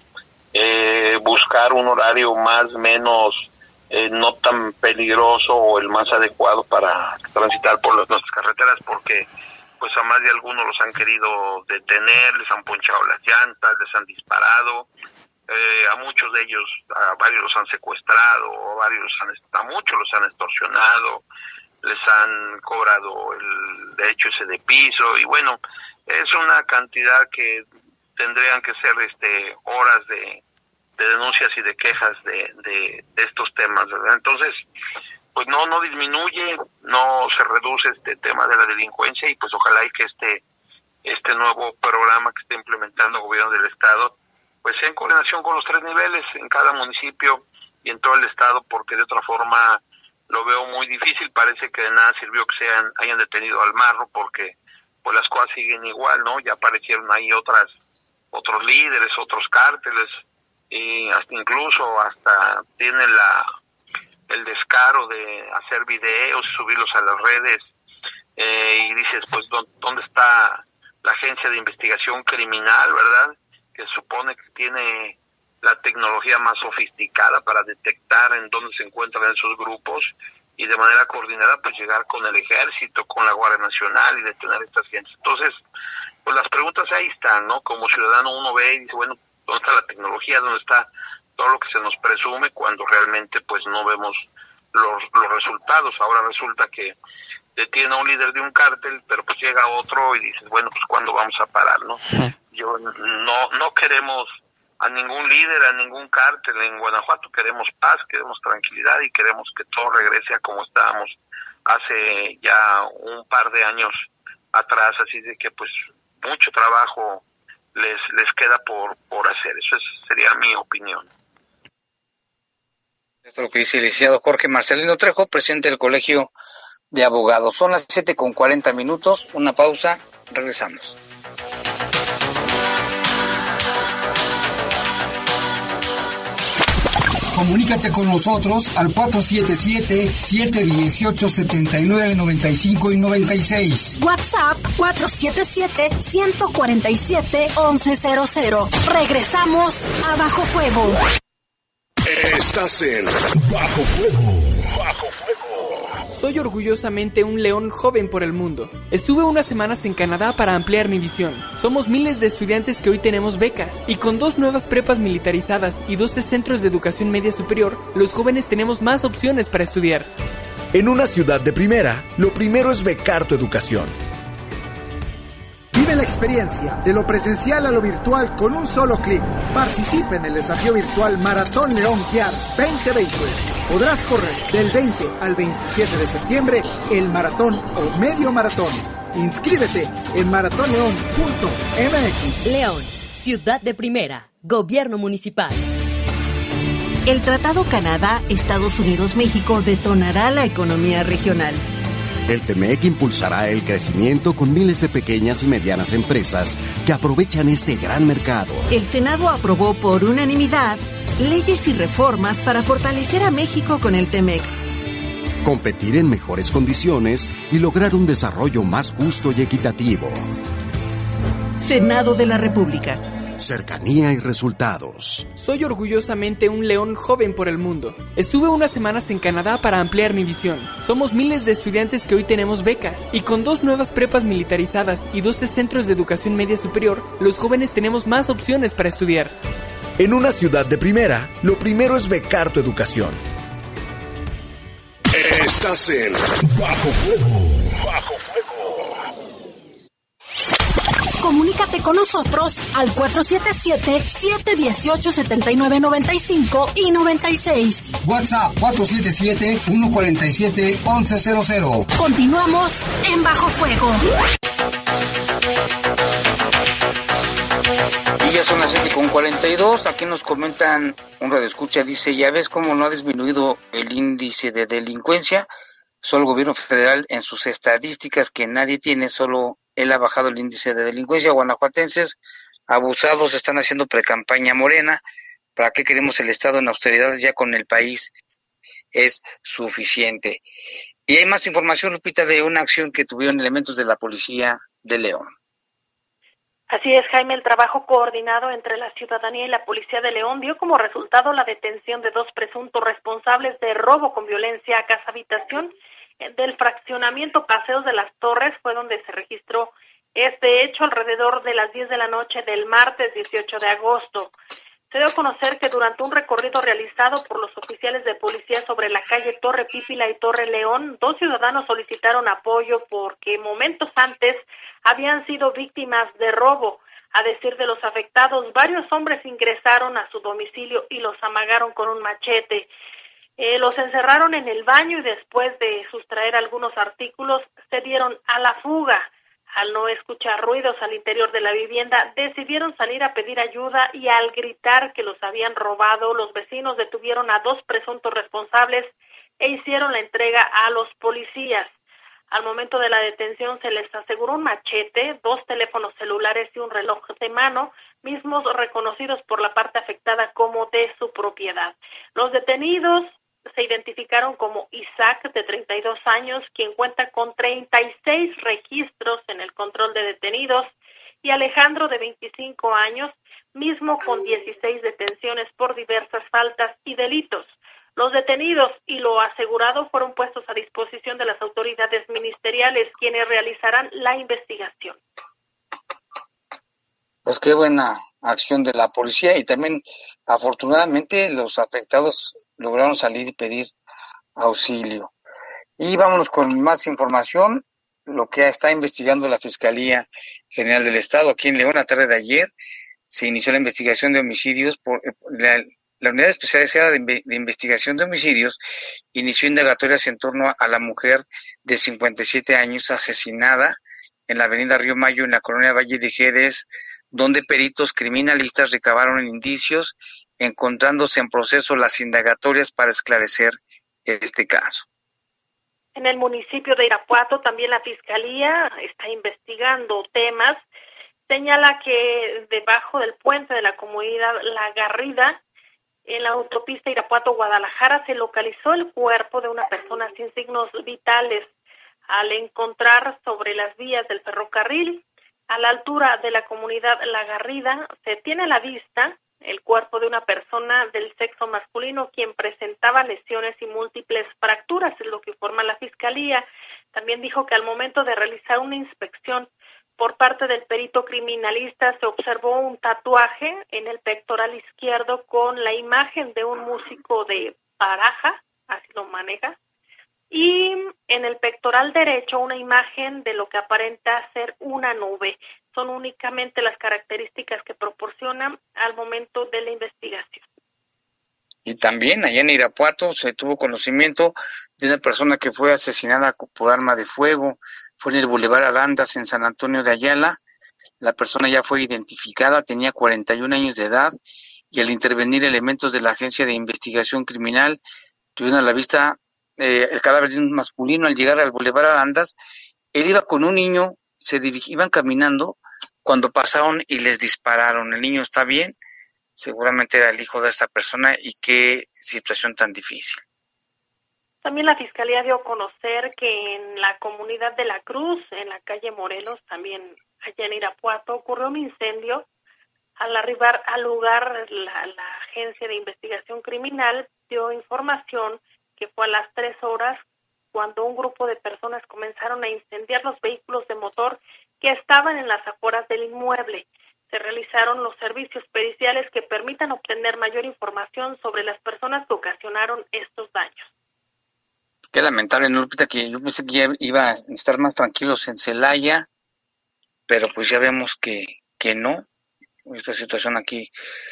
eh, buscar un horario más menos, eh, no tan peligroso o el más adecuado para transitar por las, nuestras carreteras, porque pues a más de algunos los han querido detener, les han ponchado las llantas, les han disparado. Eh, a muchos de ellos, a varios los han secuestrado, a varios los han, a muchos los han extorsionado, les han cobrado el derecho ese de piso, y bueno, es una cantidad que tendrían que ser este horas de, de denuncias y de quejas de, de, de estos temas, ¿verdad? Entonces, pues no, no disminuye, no se reduce este tema de la delincuencia, y pues ojalá y que este, este nuevo programa que está implementando el gobierno del estado pues en coordinación con los tres niveles, en cada municipio y en todo el estado, porque de otra forma lo veo muy difícil. Parece que de nada sirvió que sean hayan detenido al marro, porque pues las cosas siguen igual, ¿no? Ya aparecieron ahí otras otros líderes, otros cárteles, y hasta incluso hasta tienen la el descaro de hacer videos, subirlos a las redes, eh, y dices, pues, ¿dónde está la agencia de investigación criminal, verdad?, que supone que tiene la tecnología más sofisticada para detectar en dónde se encuentran esos grupos y de manera coordinada pues llegar con el ejército, con la Guardia Nacional y detener a estas gentes. Entonces, pues las preguntas ahí están, ¿no? Como ciudadano uno ve y dice, bueno, ¿dónde está la tecnología? ¿Dónde está todo lo que se nos presume? Cuando realmente pues no vemos los, los resultados. Ahora resulta que detiene a un líder de un cártel, pero pues llega otro y dices, bueno, pues ¿cuándo vamos a parar, no? Yo no no queremos a ningún líder, a ningún cártel en Guanajuato, queremos paz, queremos tranquilidad y queremos que todo regrese a como estábamos hace ya un par de años atrás, así de que pues mucho trabajo les les queda por por hacer. Eso es, sería mi opinión. Esto es lo que dice el licenciado Jorge Marcelino Trejo, presidente del Colegio de Abogados. Son las siete con cuarenta minutos, una pausa, regresamos. Comunícate con nosotros al cuatro siete siete, siete uno ocho, siete nueve nueve cinco y noventa y seis. WhatsApp cuatro siete siete, uno cuatro siete, once cero cero. Regresamos a Bajo Fuego. Estás en Bajo Fuego. Bajo Fuego. Soy orgullosamente un león joven por el mundo. Estuve unas semanas en Canadá para ampliar mi visión. Somos miles de estudiantes que hoy tenemos becas, y con dos nuevas prepas militarizadas y doce centros de educación media superior, los jóvenes tenemos más opciones para estudiar. En una ciudad de primera, lo primero es becar tu educación. Vive la experiencia de lo presencial a lo virtual con un solo clic. Participa en el desafío virtual Maratón León Guiar veinte veinte. Podrás correr del veinte al veintisiete de septiembre el maratón o medio maratón. Inscríbete en maratón león punto m x. León, ciudad de primera, gobierno municipal. El Tratado Canadá-Estados Unidos-México detonará la economía regional. El TEMEC impulsará el crecimiento con miles de pequeñas y medianas empresas que aprovechan este gran mercado. El Senado aprobó por unanimidad leyes y reformas para fortalecer a México con el TEMEC. Competir en mejores condiciones y lograr un desarrollo más justo y equitativo. Senado de la República. Cercanía y resultados. Soy orgullosamente un león joven por el mundo. Estuve unas semanas en Canadá para ampliar mi visión. Somos miles de estudiantes que hoy tenemos becas, y con dos nuevas prepas militarizadas y doce centros de educación media superior, los jóvenes tenemos más opciones para estudiar. En una ciudad de primera, lo primero es becar tu educación. Estás en Bajo Fuego. Bajo Fuego. Comunícate con nosotros al cuatro siete siete, siete uno ocho, siete nueve nueve cinco y noventa y seis. WhatsApp cuatro siete siete, uno cuatro siete, once cero cero. Continuamos en Bajo Fuego. Y ya son las siete con cuarenta y dos. Aquí nos comentan, un radioescucha dice, ya ves cómo no ha disminuido el índice de delincuencia. Solo el gobierno federal en sus estadísticas que nadie tiene, solo él ha bajado el índice de delincuencia. Guanajuatenses abusados están haciendo precampaña Morena. ¿Para qué queremos el Estado en austeridad? Ya con el país es suficiente. Y hay más información, Lupita, de una acción que tuvieron elementos de la policía de León. Así es, Jaime, el trabajo coordinado entre la ciudadanía y la policía de León dio como resultado la detención de dos presuntos responsables de robo con violencia a casa habitación del fraccionamiento Paseos de las Torres. Fue donde se registró este hecho alrededor de las diez de la noche del martes dieciocho de agosto. Se dio a conocer que durante un recorrido realizado por los oficiales de policía sobre la calle Torre Pípila y Torre León, dos ciudadanos solicitaron apoyo porque momentos antes habían sido víctimas de robo. A decir de los afectados, varios hombres ingresaron a su domicilio y los amagaron con un machete. Eh, los encerraron en el baño y después de sustraer algunos artículos se dieron a la fuga. Al no escuchar ruidos al interior de la vivienda, decidieron salir a pedir ayuda y al gritar que los habían robado, los vecinos detuvieron a dos presuntos responsables e hicieron la entrega a los policías. Al momento de la detención se les aseguró un machete, dos teléfonos celulares y un reloj de mano, mismos reconocidos por la parte afectada como de su propiedad. Los detenidos se identificaron como Isaac, de treinta y dos años, quien cuenta con treinta y seis registros en el control de detenidos, y Alejandro, de veinticinco años, mismo con dieciséis detenciones por diversas faltas y delitos. Los detenidos y lo asegurado fueron puestos a disposición de las autoridades ministeriales, quienes realizarán la investigación. Pues qué buena acción de la policía, y también afortunadamente los afectados lograron salir y pedir auxilio. Y vámonos con más información, lo que está investigando la Fiscalía General del Estado. Aquí en León, la tarde de ayer, se inició la investigación de homicidios por la, la Unidad Especializada de, de Investigación de Homicidios inició indagatorias en torno a, a la mujer de cincuenta y siete años asesinada en la avenida Río Mayo, en la colonia Valle de Jerez, donde peritos criminalistas recabaron indicios, encontrándose en proceso las indagatorias para esclarecer este caso. En el municipio de Irapuato también la Fiscalía está investigando temas. Señala que debajo del puente de la comunidad La Garrida, en la autopista Irapuato-Guadalajara, se localizó el cuerpo de una persona sin signos vitales. Al encontrar sobre las vías del ferrocarril, a la altura de la comunidad La Garrida, se tiene a la vista el cuerpo de una persona del sexo masculino quien presentaba lesiones y múltiples fracturas, es lo que informa la Fiscalía. También dijo que al momento de realizar una inspección por parte del perito criminalista se observó un tatuaje en el pectoral izquierdo con la imagen de un músico de baraja, así lo maneja, y en el pectoral derecho una imagen de lo que aparenta ser una nube. son únicamente las características que proporcionan al momento de la investigación. Y también allá en Irapuato se tuvo conocimiento de una persona que fue asesinada por arma de fuego. Fue en el Boulevard Arandas, en San Antonio de Ayala. La persona ya fue identificada, tenía cuarenta y un años de edad, y al intervenir elementos de la Agencia de Investigación Criminal tuvieron a la vista eh, el cadáver de un masculino. Al llegar al Boulevard Arandas, él iba con un niño, se dirigían, iban caminando, cuando pasaron y les dispararon. El niño está bien, seguramente era el hijo de esta persona, y qué situación tan difícil. También la Fiscalía dio a conocer que en la comunidad de La Cruz, en la calle Morelos, también allá en Irapuato, ocurrió un incendio. Al arribar al lugar, la, la Agencia de Investigación Criminal dio información que fue a las tres horas cuando un grupo de personas comenzaron a incendiar los vehículos de motor que estaban en las afueras del inmueble. Se realizaron los servicios periciales que permitan obtener mayor información sobre las personas que ocasionaron estos daños. Qué lamentable, ¿no, Lupita? Que yo pensé que ya iba a estar más tranquilos en Celaya, pero pues ya vemos que, que no. Esta situación aquí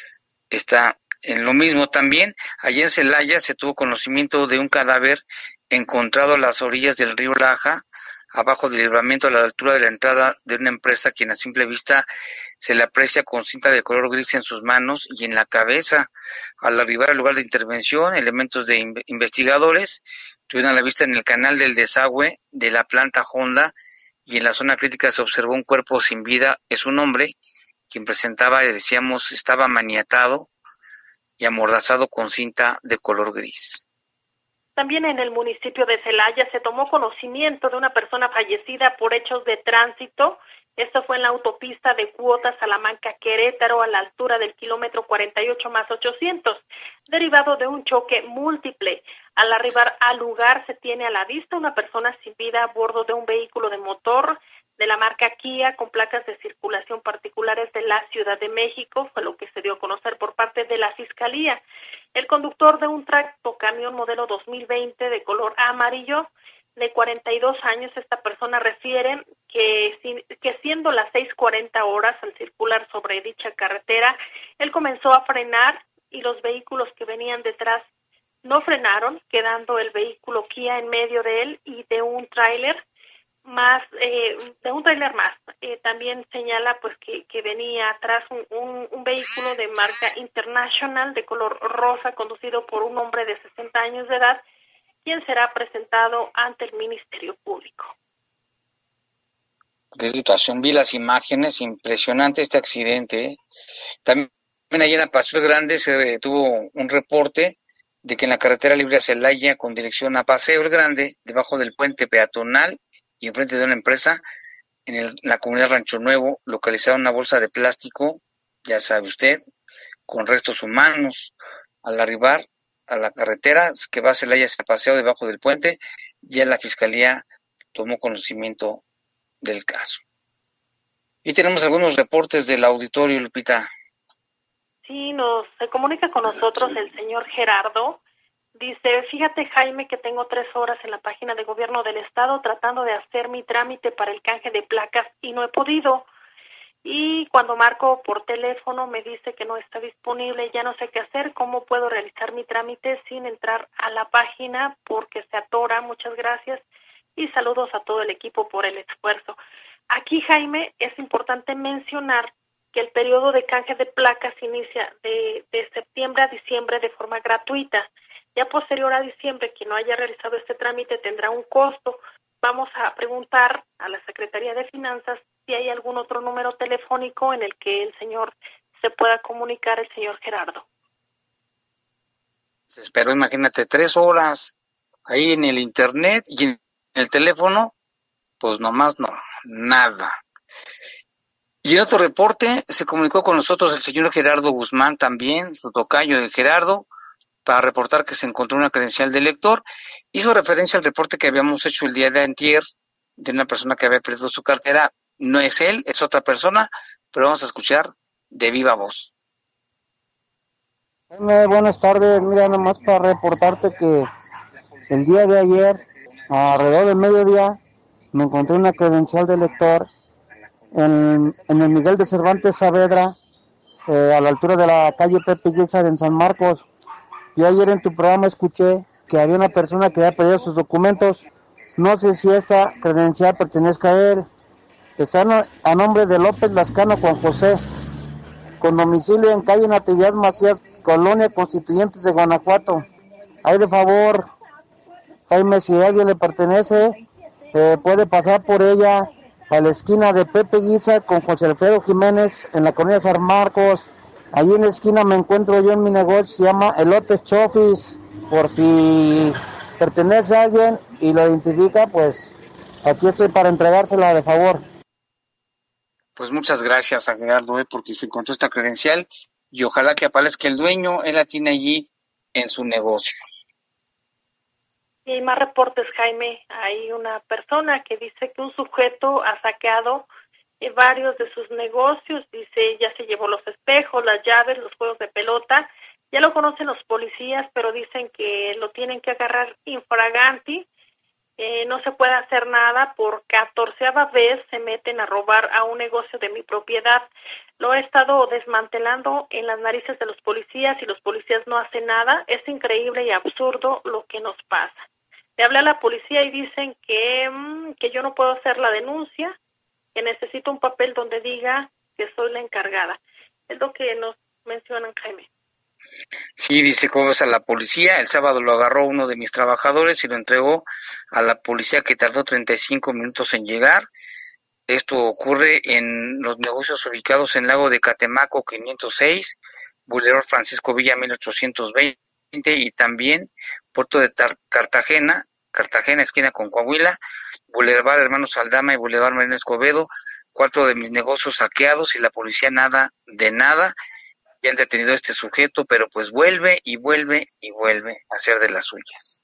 está en lo mismo. También allá en Celaya se tuvo conocimiento de un cadáver encontrado a las orillas del río Laja, abajo del libramiento, a la altura de la entrada de una empresa, quien a simple vista se le aprecia con cinta de color gris en sus manos y en la cabeza. Al arribar al lugar de intervención, elementos de in- investigadores tuvieron a la vista en el canal del desagüe de la planta Honda, y en la zona crítica se observó un cuerpo sin vida. Es un hombre quien presentaba, decíamos, estaba maniatado y amordazado con cinta de color gris. También en el municipio de Celaya se tomó conocimiento de una persona fallecida por hechos de tránsito. Esto fue en la autopista de Cuota Salamanca-Querétaro, a la altura del kilómetro cuarenta y ocho más ochocientos, derivado de un choque múltiple. Al arribar al lugar se tiene a la vista una persona sin vida a bordo de un vehículo de motor de la marca Kia con placas de circulación particulares de la Ciudad de México, fue lo que se dio a conocer por parte de la Fiscalía. El conductor de un tractocamión modelo dos mil veinte de color amarillo, de cuarenta y dos años, esta persona refiere que, que siendo las seis cuarenta horas al circular sobre dicha carretera, él comenzó a frenar y los vehículos que venían detrás no frenaron, quedando el vehículo Kia en medio de él y de un tráiler más, eh, de un tráiler más. Eh, también señala pues que, que venía atrás un, un, un vehículo de marca International de color rosa, conducido por un hombre de sesenta años de edad, quien será presentado ante el Ministerio Público. Qué situación, vi las imágenes, impresionante este accidente, ¿eh? También allá en la Paseo El Grande se tuvo un reporte de que en la carretera libre a Celaya con dirección a Paseo El Grande, debajo del puente peatonal y enfrente de una empresa, en, el, en la comunidad Rancho Nuevo, localizaron una bolsa de plástico, ya sabe usted, con restos humanos. Al arribar a la carretera que va a Celaya hacia Paseo debajo del puente, ya la Fiscalía tomó conocimiento del caso. Y tenemos algunos reportes del auditorio, Lupita. Sí, nos se comunica con nosotros el señor Gerardo. Dice, fíjate, Jaime, que tengo tres horas en la página de gobierno del estado tratando de hacer mi trámite para el canje de placas y no he podido. Y cuando marco por teléfono me dice que no está disponible, ya no sé qué hacer, cómo puedo realizar mi trámite sin entrar a la página porque se atora. Muchas gracias y saludos a todo el equipo por el esfuerzo. Aquí, Jaime, es importante mencionar que el periodo de canje de placas inicia de, de septiembre a diciembre de forma gratuita. Ya posterior a diciembre, quien no haya realizado este trámite tendrá un costo. Vamos a preguntar a la Secretaría de Finanzas si hay algún otro número telefónico en el que el señor se pueda comunicar, el señor Gerardo. Se esperó, imagínate, tres horas ahí en el internet y en el teléfono, pues nomás no, nada. Y en otro reporte se comunicó con nosotros el señor Gerardo Guzmán también, su tocayo de Gerardo, para reportar que se encontró una credencial de lector. Hizo referencia al reporte que habíamos hecho el día de antier de una persona que había perdido su cartera. No es él, es otra persona, pero vamos a escuchar de viva voz. Buenas tardes, mira, nomás para reportarte que el día de ayer, alrededor del mediodía, me encontré una credencial de lector en, en el Miguel de Cervantes Saavedra, eh, a la altura de la calle Pepe Guizar en San Marcos. Yo ayer en tu programa escuché que había una persona que había perdido sus documentos. No sé si esta credencial pertenezca a él. Está a, a nombre de López Lascano Juan José, con domicilio en calle Natividad Macías, Colonia Constituyentes de Guanajuato. Ahí de favor, Jaime, si a alguien le pertenece, eh, puede pasar por ella a la esquina de Pepe Guiza con José Alfredo Jiménez en la colonia San Marcos. Allí en la esquina me encuentro yo en mi negocio, se llama Elotes Chofis. Por si pertenece a alguien y lo identifica, pues aquí estoy para entregársela de favor. Pues muchas gracias a Gerardo, eh, porque se encontró esta credencial y ojalá que aparezca el dueño, él la tiene allí en su negocio. Y hay más reportes, Jaime. Hay una persona que dice que un sujeto ha saqueado eh, varios de sus negocios. Dice, ya se llevó los espejos, las llaves, los juegos de pelota. Ya lo conocen los policías, pero dicen que lo tienen que agarrar infraganti. Eh, no se puede hacer nada. Por catorceava vez se meten a robar a un negocio de mi propiedad. Lo he estado desmantelando en las narices de los policías y los policías no hacen nada. Es increíble y absurdo lo que nos pasa. Le hablé a la policía y dicen que, mmm, que yo no puedo hacer la denuncia, que necesito un papel donde diga que soy la encargada. Es lo que nos mencionan, Jaime. Sí, dice cómo es a la policía. El sábado lo agarró uno de mis trabajadores y lo entregó a la policía, que tardó treinta y cinco minutos en llegar. Esto ocurre en los negocios ubicados en Lago de Catemaco quinientos seis, Boulevard Francisco Villa mil ochocientos veinte y también Puerto de Tar- Cartagena, Cartagena esquina con Coahuila, Boulevard Hermanos Aldama y Boulevard Marino Escobedo. Cuatro de mis negocios saqueados y la policía nada de nada. Ya han detenido a este sujeto, pero pues vuelve y vuelve y vuelve a hacer de las suyas.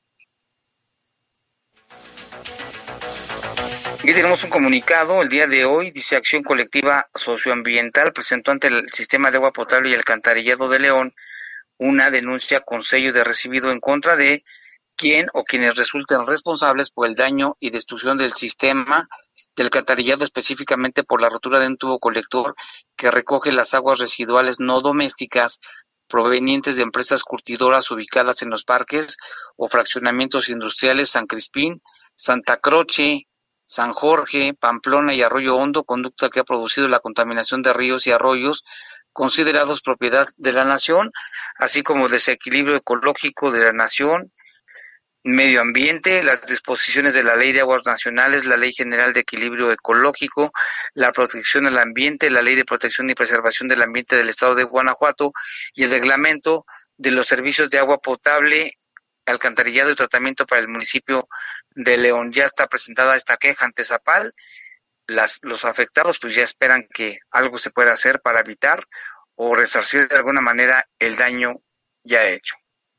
Y tenemos un comunicado el día de hoy, dice Acción Colectiva Socioambiental presentó ante el Sistema de Agua Potable y Alcantarillado de León una denuncia con sello de recibido en contra de quien o quienes resulten responsables por el daño y destrucción del sistema del alcantarillado, específicamente por la rotura de un tubo colector que recoge las aguas residuales no domésticas provenientes de empresas curtidoras ubicadas en los parques o fraccionamientos industriales San Crispín, Santa Croce, San Jorge, Pamplona y Arroyo Hondo, conducta que ha producido la contaminación de ríos y arroyos considerados propiedad de la nación, así como desequilibrio ecológico de la nación, medio ambiente, las disposiciones de la Ley de Aguas Nacionales, la Ley General de Equilibrio Ecológico, la protección al ambiente, la Ley de Protección y Preservación del Ambiente del Estado de Guanajuato y el reglamento de los servicios de agua potable, alcantarillado y tratamiento para el municipio de León. Ya está presentada esta queja ante Zapal. Las, los afectados pues ya esperan que algo se pueda hacer para evitar o resarcir de alguna manera el daño ya hecho.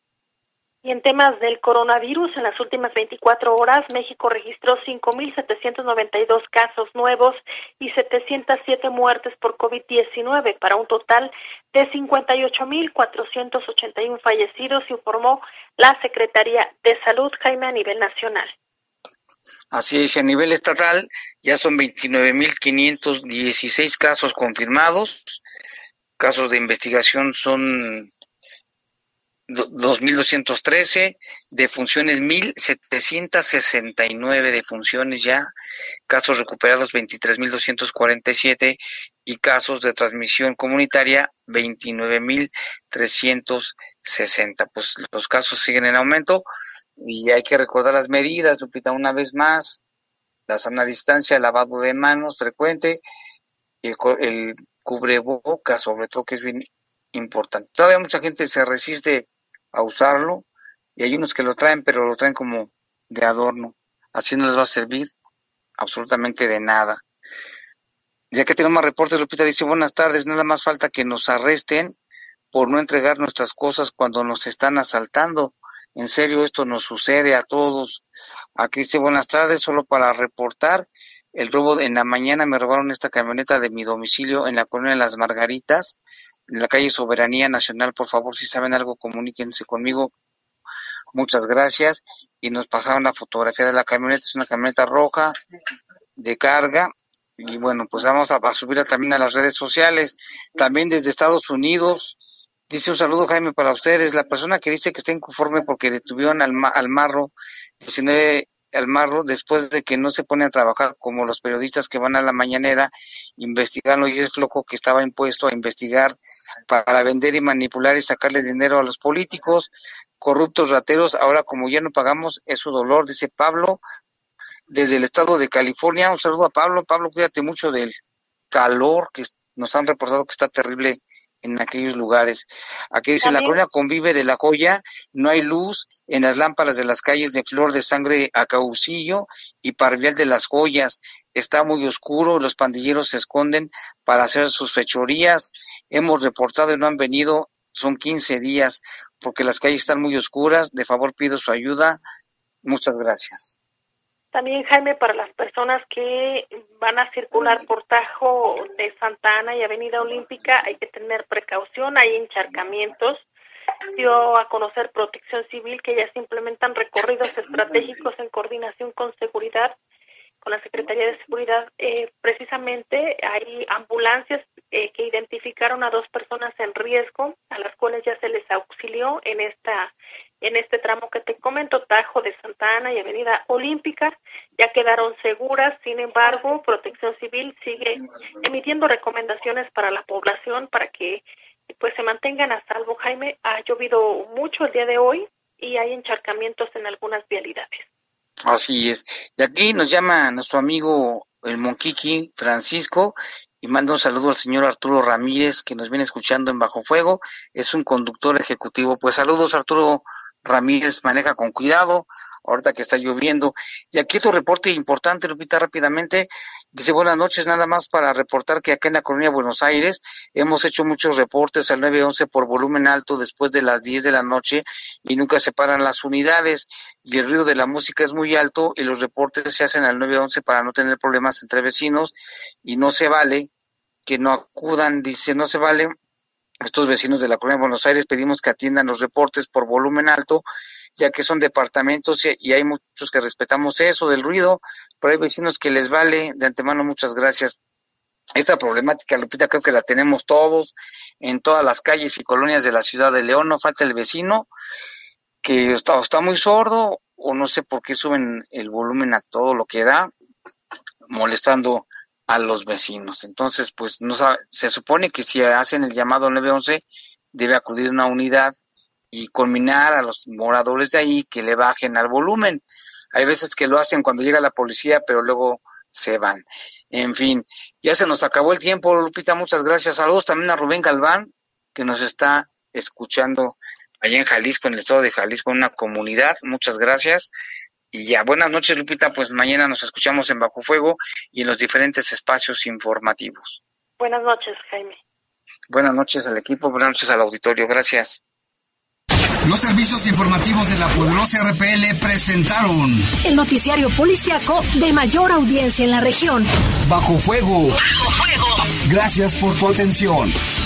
Y en temas del coronavirus, en las últimas veinticuatro horas, México registró cinco mil setecientos noventa y dos casos nuevos y setecientas siete muertes por COVID diecinueve, para un total de cincuenta y ocho mil cuatrocientos ochenta y uno fallecidos, informó la Secretaría de Salud, Jaime, a nivel nacional. Así es, a nivel estatal ya son veintinueve mil quinientos dieciséis casos confirmados, casos de investigación son dos mil doscientos trece, defunciones mil setecientos sesenta y nueve defunciones ya, casos recuperados veintitrés mil doscientos cuarenta y siete y casos de transmisión comunitaria veintinueve mil trescientos sesenta. Pues los casos siguen en aumento y hay que recordar las medidas, Lupita, una vez más, la sana distancia, el lavado de manos frecuente, el, el cubrebocas, sobre todo, que es bien importante. Todavía mucha gente se resiste a usarlo y hay unos que lo traen, pero lo traen como de adorno. Así no les va a servir absolutamente de nada. Ya que tenemos más reportes, Lupita dice, buenas tardes, nada más falta que nos arresten por no entregar nuestras cosas cuando nos están asaltando. En serio, esto nos sucede a todos. Aquí dice, buenas tardes, solo para reportar el robo. En la mañana me robaron esta camioneta de mi domicilio en la colonia de Las Margaritas, en la calle Soberanía Nacional. Por favor, si saben algo, comuníquense conmigo. Muchas gracias. Y nos pasaron la fotografía de la camioneta. Es una camioneta roja de carga y bueno, pues vamos a, a subirla también a las redes sociales. También desde Estados Unidos, dice un saludo, Jaime, para ustedes. La persona que dice que está inconforme porque detuvieron al, al marro, diecinueve al marro, después de que no se pone a trabajar como los periodistas que van a la mañanera, investigarlo, y es flojo que estaba impuesto a investigar para vender y manipular y sacarle dinero a los políticos, corruptos, rateros. Ahora, como ya no pagamos, es su dolor, dice Pablo, desde el estado de California. Un saludo a Pablo. Pablo, cuídate mucho del calor que nos han reportado que está terrible en aquellos lugares. Aquí dice, la colonia Convive de La Joya, no hay luz en las lámparas de las calles de Flor de Sangre a Caucillo y Parvial de las Joyas. Está muy oscuro, los pandilleros se esconden para hacer sus fechorías. Hemos reportado y no han venido, son quince días, porque las calles están muy oscuras. De favor pido su ayuda. Muchas gracias. También, Jaime, para las personas que van a circular por Tajo de Santa Ana y Avenida Olímpica, hay que tener precaución, hay encharcamientos. Dio a conocer Protección Civil que ya se implementan recorridos estratégicos en coordinación con seguridad, con la Secretaría de Seguridad. Eh, precisamente hay ambulancias eh, que identificaron a dos personas en riesgo, a las cuales ya se les auxilió en esta en este tramo que te comento, Tajo de Santa Ana y Avenida Olímpica, ya quedaron seguras. Sin embargo, Protección Civil sigue emitiendo recomendaciones para la población para que pues se mantengan a salvo. Jaime, ha llovido mucho el día de hoy y hay encharcamientos en algunas vialidades. Así es. Y aquí nos llama nuestro amigo el Monquiqui Francisco y manda un saludo al señor Arturo Ramírez, que nos viene escuchando en Bajo Fuego. Es un conductor ejecutivo. Pues saludos, Arturo Ramírez, maneja con cuidado ahorita que está lloviendo. Y aquí otro reporte importante, Lupita, rápidamente. Dice, buenas noches, nada más para reportar que acá en la colonia Buenos Aires hemos hecho muchos reportes al nueve once por volumen alto después de las diez de la noche y nunca se paran las unidades y el ruido de la música es muy alto y los reportes se hacen al nueve once para no tener problemas entre vecinos y no se vale que no acudan, dice, no se vale. Estos vecinos de la colonia de Buenos Aires pedimos que atiendan los reportes por volumen alto, ya que son departamentos y, y hay muchos que respetamos eso del ruido, pero hay vecinos que les vale. De antemano, muchas gracias. Esta problemática, Lupita, creo que la tenemos todos en todas las calles y colonias de la ciudad de León. No falta el vecino que está, está muy sordo o no sé por qué suben el volumen a todo lo que da, molestando a los vecinos. Entonces, pues no sabe, se supone que si hacen el llamado nueve once debe acudir una unidad y culminar a los moradores de ahí que le bajen al volumen. Hay veces que lo hacen cuando llega la policía, pero luego se van. En fin, ya se nos acabó el tiempo, Lupita, muchas gracias. Saludos también a Rubén Galván, que nos está escuchando allá en Jalisco, en el estado de Jalisco, en una comunidad. Muchas gracias. Y ya, buenas noches, Lupita, pues mañana nos escuchamos en Bajo Fuego y en los diferentes espacios informativos. Buenas noches, Jaime. Buenas noches al equipo, buenas noches al auditorio, gracias. Los servicios informativos de la poderosa R P L presentaron el noticiario policiaco de mayor audiencia en la región. Bajo Fuego. Bajo Fuego. Gracias por tu atención.